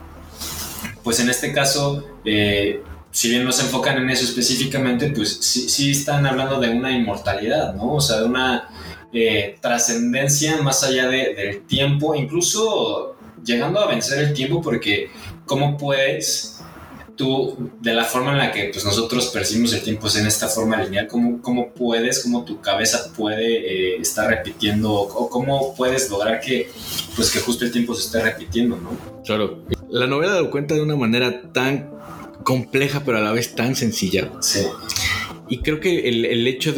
Pues en este caso, si bien no se enfocan en eso específicamente, pues sí están hablando de una inmortalidad, ¿no? O sea, de una trascendencia más allá del tiempo, incluso llegando a vencer el tiempo, porque ¿cómo puedes tú, de la forma en la que pues, nosotros percibimos el tiempo es en esta forma lineal, cómo tu cabeza puede estar repitiendo, o cómo puedes lograr que justo el tiempo se esté repitiendo, ¿no? Claro. La novela lo cuenta de una manera tan compleja, pero a la vez tan sencilla. Sí. Y creo que el hecho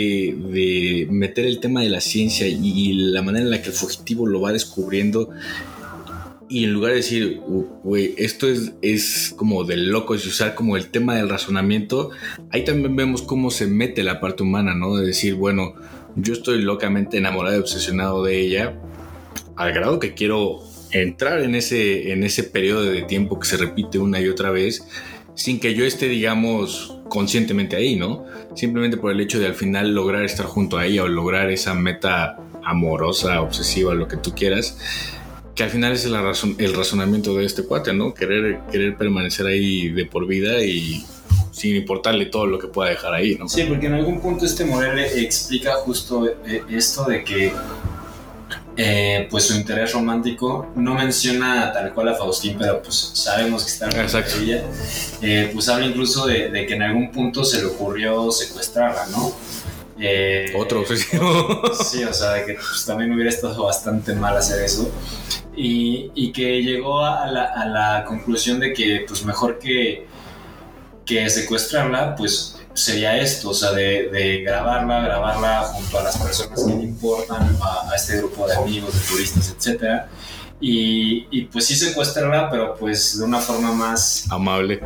de meter el tema de la ciencia y la manera en la que el fugitivo lo va descubriendo, y en lugar de decir, güey, esto es como de locos, y usar como el tema del razonamiento, ahí también vemos cómo se mete la parte humana, ¿no? De decir, bueno, yo estoy locamente enamorado y obsesionado de ella, al grado que quiero entrar en ese periodo de tiempo que se repite una y otra vez, sin que yo esté, digamos, conscientemente ahí, ¿no? Simplemente por el hecho de al final lograr estar junto a ella, o lograr esa meta amorosa, obsesiva, lo que tú quieras, que al final es el razonamiento de este cuate, ¿no? Querer permanecer ahí de por vida y sin importarle todo lo que pueda dejar ahí, ¿no? Sí, porque en algún punto Morel explica justo esto de que pues su interés romántico no menciona tal cual a Faustín, pero pues sabemos que está en ella. Pues habla incluso de que en algún punto se le ocurrió secuestrarla, ¿no? Otro obsesivo. Sí, o sea, de que pues, también hubiera estado bastante mal hacer eso. Y que llegó a la conclusión de que pues mejor que secuestrarla, pues sería esto, o sea, de grabarla junto a las personas que le importan, a este grupo de amigos, de turistas, etcétera. Y pues sí secuestrarla, pero pues de una forma más amable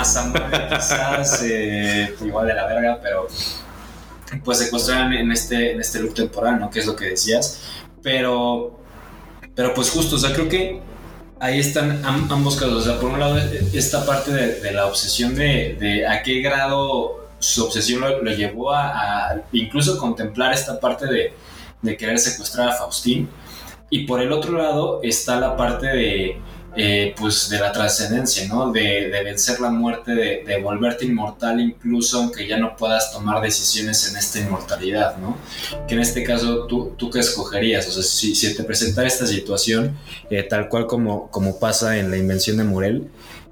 quizás, igual de la verga, pero pues secuestran en este loop temporal, ¿no? Que es lo que decías, pero pues justo, o sea, creo que ahí están ambos casos. O sea, por un lado esta parte de la obsesión, de a qué grado su obsesión lo llevó a incluso contemplar esta parte de querer secuestrar a Faustín, y por el otro lado está la parte pues de la trascendencia, ¿no? De vencer la muerte, de volverte inmortal incluso aunque ya no puedas tomar decisiones en esta inmortalidad, ¿no? Que en este caso, ¿tú qué escogerías? O sea, si te presentara esta situación, tal cual como pasa en La Invención de Morel,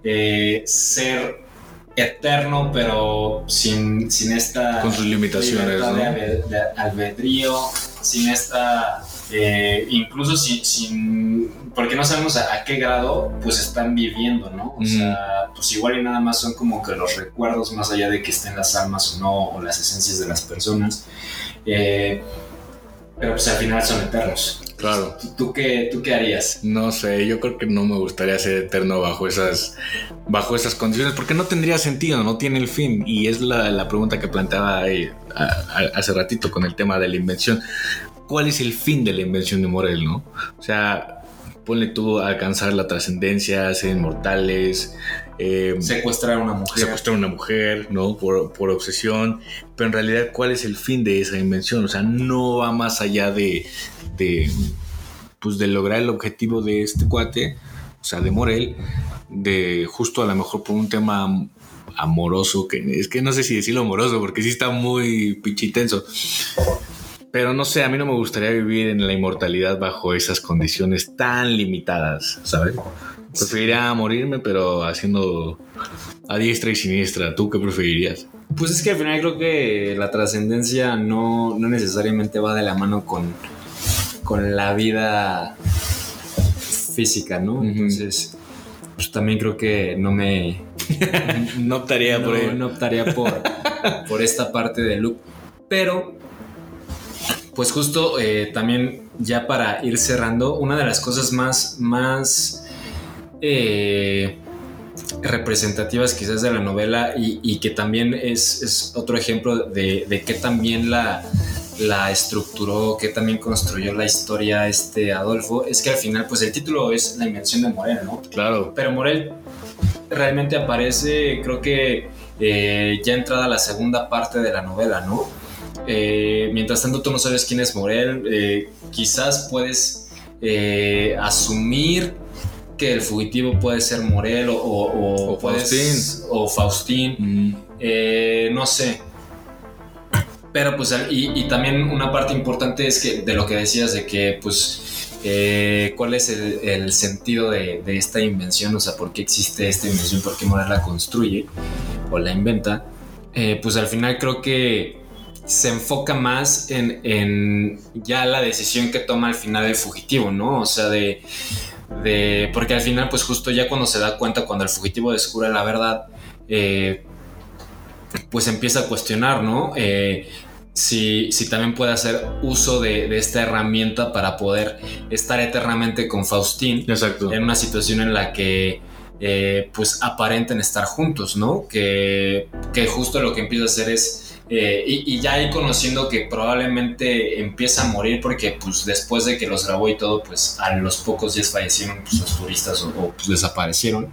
ser eterno pero sin esta... con sus limitaciones, ¿no? de albedrío, sin esta... incluso sin porque no sabemos a qué grado pues están viviendo, ¿no? O sea, pues igual y nada más son como que los recuerdos, más allá de que estén las almas o no, o las esencias de las personas, pero pues al final son eternos. Claro. ¿Tú qué harías? No sé, yo creo que no me gustaría ser eterno bajo esas condiciones, porque no tendría sentido, no tiene el fin. Y es la pregunta que planteaba hace ratito con el tema de la invención. ¿Cuál es el fin de la invención de Morel, no? O sea, ponle tú a alcanzar la trascendencia, ser inmortales, secuestrar a una mujer, ¿no? Por obsesión. Pero en realidad, ¿cuál es el fin de esa invención? O sea, no va más allá de lograr el objetivo de este cuate, o sea, de Morel, de justo a lo mejor por un tema amoroso, que es que no sé si decirlo amoroso, porque sí está muy pinche intenso. Pero no sé, a mí no me gustaría vivir en la inmortalidad bajo esas condiciones tan limitadas, ¿sabes? Preferiría morirme, pero haciendo a diestra y siniestra. ¿Tú qué preferirías? Pues es que al final creo que la trascendencia no necesariamente va de la mano con la vida física, ¿no? Uh-huh. Entonces, pues también creo que no optaría por ello. No optaría por esta parte del loop. Pero, pues justo también ya para ir cerrando, una de las cosas más representativas quizás de la novela y que también es otro ejemplo de que también la estructuró, que también construyó la historia Adolfo, es que al final pues el título es La invención de Morel, ¿no? Claro. Pero Morel realmente aparece, creo que ya entrada la segunda parte de la novela, ¿no? Mientras tanto tú no sabes quién es Morel, quizás puedes asumir que el fugitivo puede ser Morel o Faustín, no sé. Pero pues y también una parte importante es que de lo que decías de que pues cuál es el sentido de esta invención, o sea, por qué existe esta invención, por qué Morel la construye o la inventa, pues al final creo que se enfoca más en ya la decisión que toma al final el fugitivo, ¿no? O sea, porque al final pues justo ya cuando se da cuenta, cuando el fugitivo descubre la verdad, pues empieza a cuestionar, ¿no? Si también puede hacer uso de esta herramienta para poder estar eternamente con Faustín. Exacto. En una situación en la que pues aparenten estar juntos, ¿no? Que justo lo que empieza a hacer es y ya ahí conociendo que probablemente empieza a morir porque pues después de que los grabó y todo, pues a los pocos días fallecieron pues, los turistas o pues desaparecieron,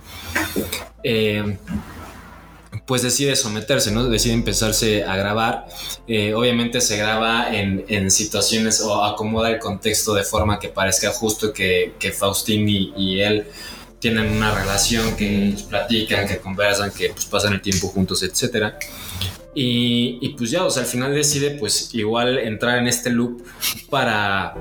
pues decide someterse, ¿no? Decide empezarse a grabar. Obviamente se graba en situaciones o acomoda el contexto de forma que parezca justo que Faustín y él tienen una relación, que platican, que conversan, que pues pasan el tiempo juntos, etcétera. Y pues ya, o sea, al final decide pues igual entrar en este loop para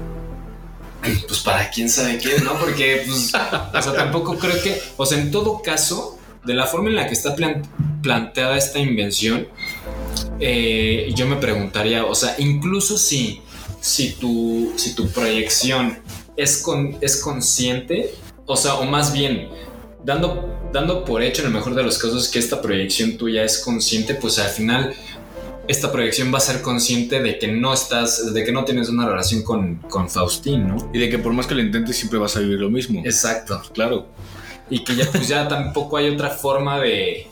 quién sabe qué, ¿no? Porque pues, o sea, tampoco creo que, o sea, en todo caso, de la forma en la que está planteada esta invención, yo me preguntaría, o sea, incluso si tu proyección es consciente, o sea, o más bien dando por hecho en el mejor de los casos que esta proyección tuya es consciente, pues al final esta proyección va a ser consciente de que no tienes una relación con Faustín, ¿no? Y de que por más que lo intentes siempre vas a vivir lo mismo. Exacto. Claro. Y que ya pues ya tampoco hay otra forma de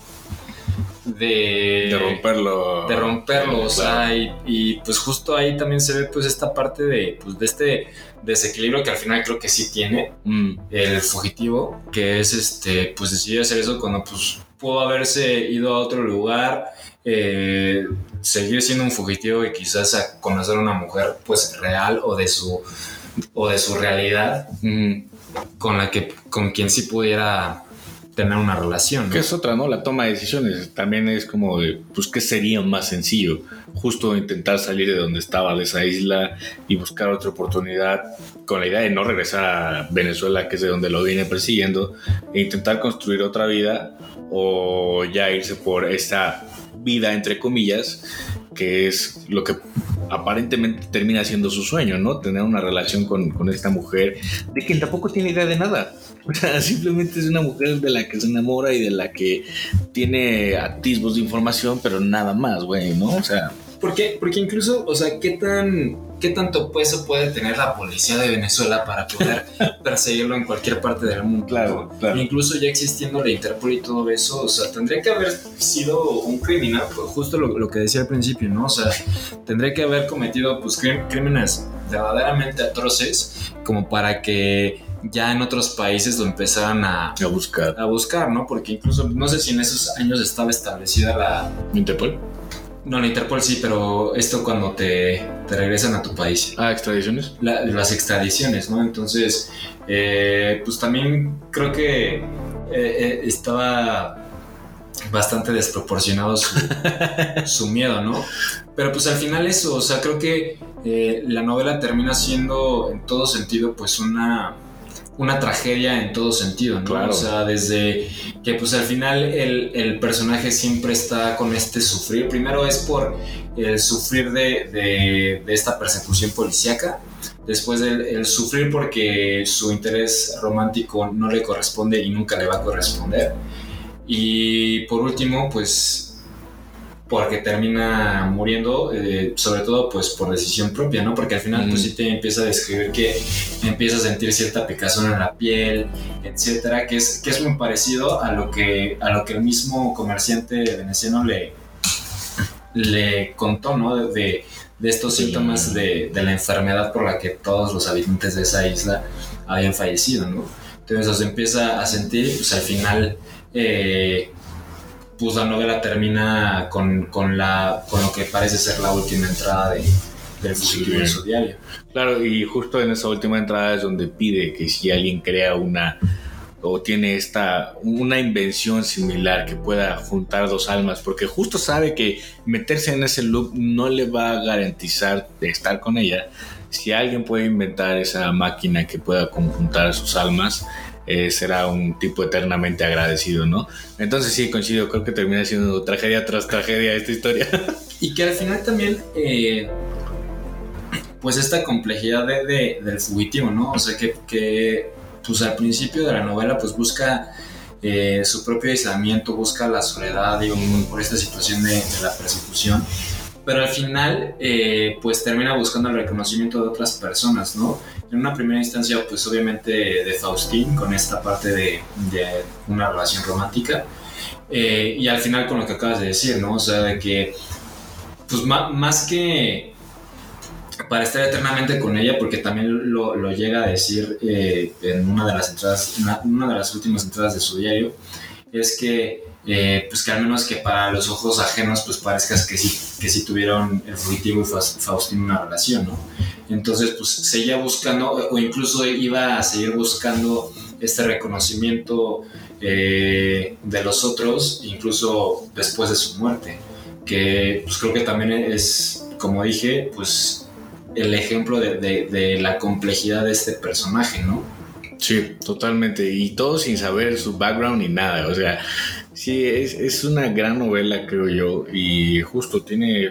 romperlo. De romperlo, o sea, y pues justo ahí también se ve pues esta parte de este desequilibrio que al final creo que sí tiene el fugitivo, que es pues decidió hacer eso cuando pues pudo haberse ido a otro lugar, seguir siendo un fugitivo y quizás a conocer a una mujer pues real o de su realidad, con quien sí pudiera tener una relación, ¿no? Que es otra, ¿no? La toma de decisiones también es como de, pues, ¿qué sería más sencillo? Justo intentar salir de donde estaba, de esa isla, y buscar otra oportunidad con la idea de no regresar a Venezuela, que es de donde lo viene persiguiendo, e intentar construir otra vida, o ya irse por esta vida, entre comillas, que es lo que aparentemente termina siendo su sueño, ¿no? Tener una relación con esta mujer de quien tampoco tiene idea de nada. O sea, simplemente es una mujer de la que se enamora y de la que tiene atisbos de información, pero nada más, güey, ¿no? O sea... Porque incluso, o sea, ¿qué tanto peso puede tener la policía de Venezuela para poder perseguirlo en cualquier parte del mundo? Claro, claro. Incluso ya existiendo la Interpol y todo eso, o sea, tendría que haber sido un criminal, pues justo lo que decía al principio, ¿no? O sea, tendría que haber cometido pues crímenes verdaderamente atroces como para que ya en otros países lo empezaran a buscar, ¿no? Porque incluso, no sé si en esos años estaba establecida la... ¿Interpol? No, la Interpol sí, pero esto cuando te regresan a tu país. Ah, ¿extradiciones? Las extradiciones, ¿no? Entonces, pues también creo que estaba bastante desproporcionado su miedo, ¿no? Pero pues al final eso, o sea, creo que la novela termina siendo en todo sentido pues una tragedia en todo sentido, ¿no? Claro. O sea, desde que pues al final el personaje siempre está con este sufrir. Primero es por el sufrir de esta persecución policíaca. Después el sufrir porque su interés romántico no le corresponde y nunca le va a corresponder. Y por último, pues porque termina muriendo, sobre todo pues por decisión propia, ¿no? Porque al final pues sí te empieza a describir que empieza a sentir cierta picazón en la piel, etcétera, que es muy parecido a lo que el mismo comerciante veneciano le contó, ¿no? De estos síntomas de la enfermedad por la que todos los habitantes de esa isla habían fallecido, ¿no? Entonces los empieza a sentir, pues al final pues la novela termina con lo que parece ser la última entrada del fugitivo en su diario. Claro, y justo en esa última entrada es donde pide que si alguien crea o tiene una invención similar que pueda juntar dos almas, porque justo sabe que meterse en ese loop no le va a garantizar de estar con ella. Si alguien puede inventar esa máquina que pueda conjuntar sus almas, será un tipo eternamente agradecido, ¿no? Entonces sí, coincido, creo que termina siendo tragedia tras tragedia esta historia. Y que al final también pues esta complejidad del fugitivo, ¿no? O sea que pues al principio de la novela pues busca su propio aislamiento, busca la soledad, digo, por esta situación de la persecución, pero al final pues termina buscando el reconocimiento de otras personas, ¿no? En una primera instancia pues obviamente de Faustín, con esta parte de una relación romántica, y al final con lo que acabas de decir, ¿no? O sea, de que pues más que para estar eternamente con ella, porque también lo llega a decir en una de las últimas entradas de su diario, es que pues que al menos que para los ojos ajenos pues parezca que sí tuvieron el fugitivo y Faustín una relación, ¿no? Entonces pues seguía buscando, o incluso iba a seguir buscando este reconocimiento de los otros, incluso después de su muerte, que pues creo que también es, como dije, pues el ejemplo de la complejidad de este personaje, ¿no? Sí, totalmente, y todo sin saber su background ni nada, o sea, sí, es una gran novela, creo yo, y justo tiene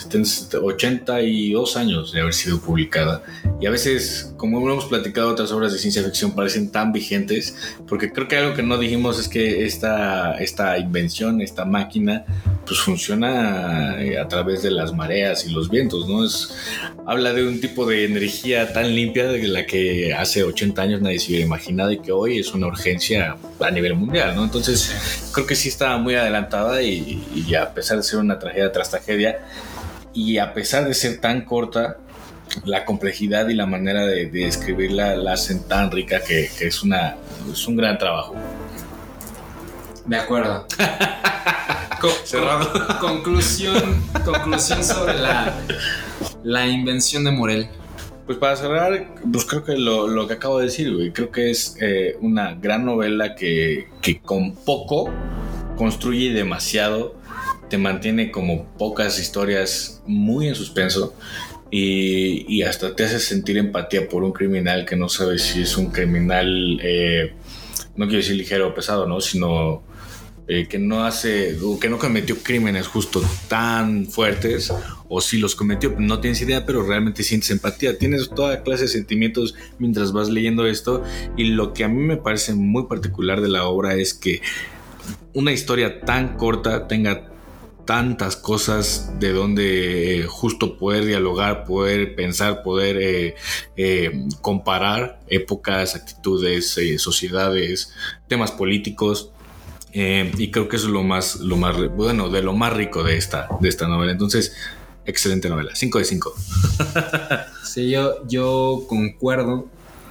82 años de haber sido publicada, y a veces, como hemos platicado, otras obras de ciencia ficción parecen tan vigentes, porque creo que algo que no dijimos es que esta invención, esta máquina, pues funciona a través de las mareas y los vientos, ¿no? Habla de un tipo de energía tan limpia de la que hace 80 años nadie se hubiera imaginado y que hoy es una urgencia a nivel mundial, ¿no? Entonces, creo que sí está muy adelantada y a pesar de ser una tragedia tras tragedia y a pesar de ser tan corta, la complejidad y la manera de escribirla la hacen tan rica que es un gran trabajo. De acuerdo. Cerrado. Conclusión sobre la invención de Morel. Pues para cerrar, pues creo que lo que acabo de decir, güey, creo que es una gran novela que con poco construye demasiado, te mantiene como pocas historias muy en suspenso y hasta te hace sentir empatía por un criminal que no sabes si es un criminal, no quiero decir ligero o pesado, ¿no? Sino que no cometió crímenes justo tan fuertes, o si los cometió no tienes idea, pero realmente sientes empatía, tienes toda clase de sentimientos mientras vas leyendo esto. Y lo que a mí me parece muy particular de la obra es que una historia tan corta tenga tantas cosas de donde justo poder dialogar, poder pensar, poder comparar épocas, actitudes, sociedades, temas políticos. Y creo que eso es lo más bueno, de lo más rico de esta novela. Entonces, excelente novela, 5 de 5. Sí, yo concuerdo.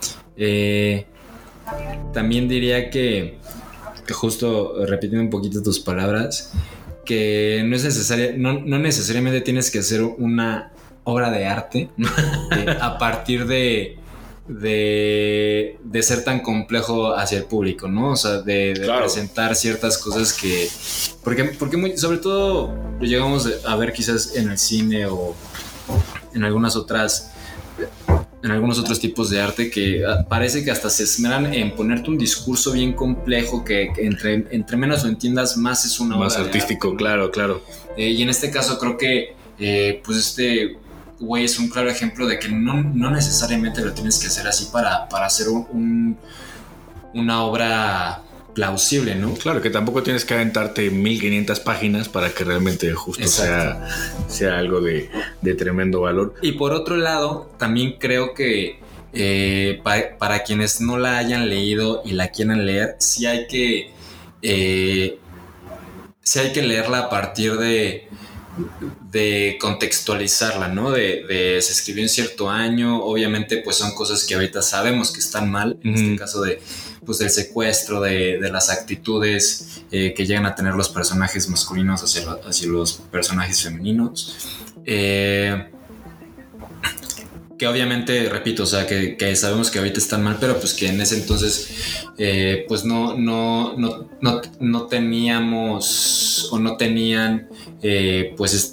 También diría que justo repitiendo un poquito tus palabras, que no es necesaria, no necesariamente tienes que hacer una obra de arte a partir de ser tan complejo hacia el público, ¿no? O sea, de claro, presentar ciertas cosas que... Porque sobre todo lo llegamos a ver quizás en el cine o en algunos otros tipos de arte que parece que hasta se esmeran en ponerte un discurso bien complejo que entre menos lo entiendas, más es una obra más artístico, de arte, ¿no? claro. Y en este caso creo que pues este güey es un claro ejemplo de que no necesariamente lo tienes que hacer así para hacer una obra plausible, ¿no? Claro, que tampoco tienes que aventarte 1500 páginas para que realmente justo sea algo de tremendo valor. Y por otro lado, también creo que para quienes no la hayan leído y la quieran leer, sí hay que leerla a partir de contextualizarla, ¿no? Se escribió en cierto año, obviamente pues son cosas que ahorita sabemos que están mal, en este caso pues del secuestro, de las actitudes que llegan a tener los personajes masculinos hacia los personajes femeninos, que obviamente, repito, o sea, que sabemos que ahorita están mal, pero pues que en ese entonces pues no teníamos o no tenían pues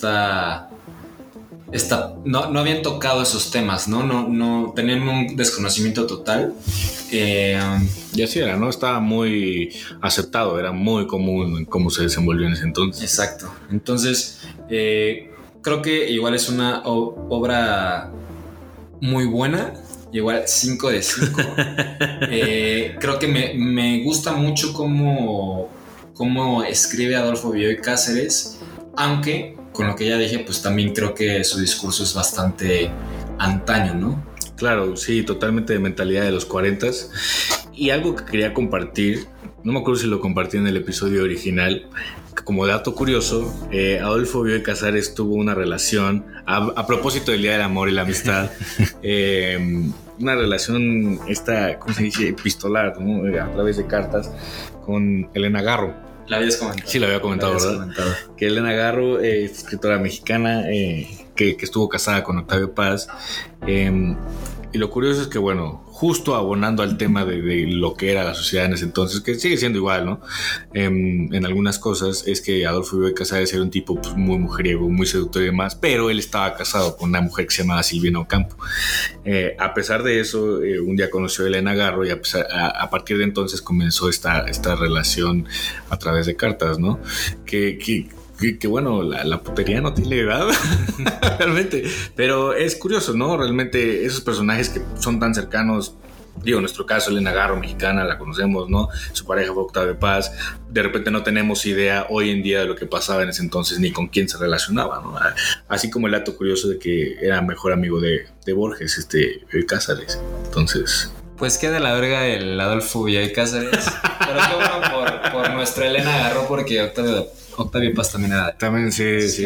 no habían tocado esos temas, no tenían un desconocimiento total. Y así era, ¿no? Estaba muy aceptado, era muy común cómo se desenvolvió en ese entonces. Exacto. Entonces, creo que igual es una obra muy buena, igual 5 de 5. Creo que me gusta mucho cómo escribe Adolfo Bioy Cáceres, aunque con lo que ya dije, pues también creo que su discurso es bastante antaño, ¿no? Claro, sí, totalmente de mentalidad de los 40s. Y algo que quería compartir, no me acuerdo si lo compartí en el episodio original, como dato curioso, Adolfo Bioy Casares tuvo una relación, a propósito del Día del Amor y la Amistad, una relación, ¿cómo se dice? Epistolar, ¿no? A través de cartas, con Elena Garro. La habías comentado. Sí, la había comentado, ¿verdad? Que Elena Garro, escritora mexicana, que estuvo casada con Octavio Paz. Y lo curioso es que, bueno, justo abonando al tema de lo que era la sociedad en ese entonces, que sigue siendo igual, ¿no? En algunas cosas, es que Adolfo Bioy Casares era un tipo pues, muy mujeriego, muy seductor y demás, pero él estaba casado con una mujer que se llamaba Silvina Ocampo. A pesar de eso, un día conoció a Elena Garro y a partir de entonces comenzó esta relación a través de cartas, ¿no? Que bueno, la putería no tiene edad realmente, pero es curioso, ¿no? Realmente esos personajes que son tan cercanos, digo, en nuestro caso Elena Garro, mexicana, la conocemos, ¿no? Su pareja fue Octavio Paz. De repente no tenemos idea hoy en día de lo que pasaba en ese entonces ni con quién se relacionaba, ¿no? Así como el dato curioso de que era mejor amigo de Borges, Cázares. Entonces... Pues queda la verga el Adolfo Bioy Cáceres, pero qué bueno por nuestra Elena Garro, porque Octavio Paz también era... También, sí.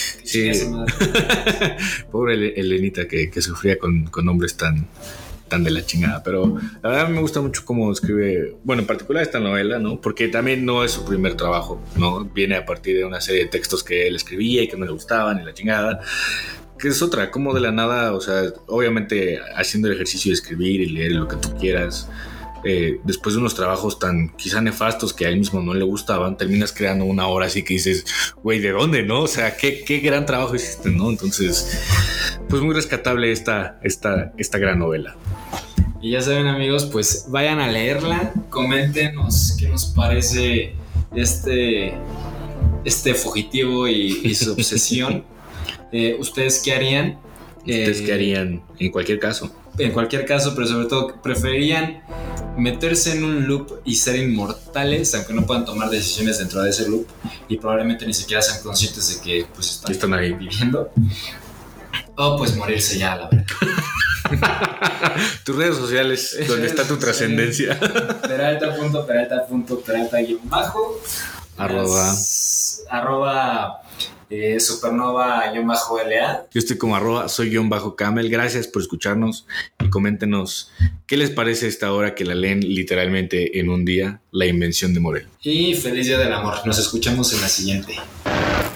Pobre Elenita que sufría con hombres tan de la chingada, pero la verdad me gusta mucho cómo escribe, bueno, en particular esta novela, ¿no? Porque también no es su primer trabajo, ¿no? Viene a partir de una serie de textos que él escribía y que no le gustaban y la chingada. Que es otra, como de la nada, o sea, obviamente haciendo el ejercicio de escribir y leer lo que tú quieras, después de unos trabajos tan quizá nefastos que a él mismo no le gustaban, terminas creando una obra así que dices, güey, ¿de dónde, no? O sea, qué gran trabajo hiciste, ¿no? Entonces, pues muy rescatable esta gran novela. Y ya saben, amigos, pues vayan a leerla, coméntenos qué nos parece este fugitivo y su obsesión. ¿Ustedes qué harían? ¿Ustedes qué harían en cualquier caso? En cualquier caso, pero sobre todo, ¿preferirían meterse en un loop y ser inmortales, aunque no puedan tomar decisiones dentro de ese loop y probablemente ni siquiera sean conscientes de que pues, están ahí viviendo? O pues morirse ya, la verdad. Tus redes sociales, donde está tu trascendencia. Peralta_, arroba supernova_LA. Yo estoy como @soy_camel. Gracias por escucharnos y coméntenos qué les parece esta obra que la leen literalmente en un día, La Invención de Morel. Y feliz Día del Amor. Nos escuchamos en la siguiente.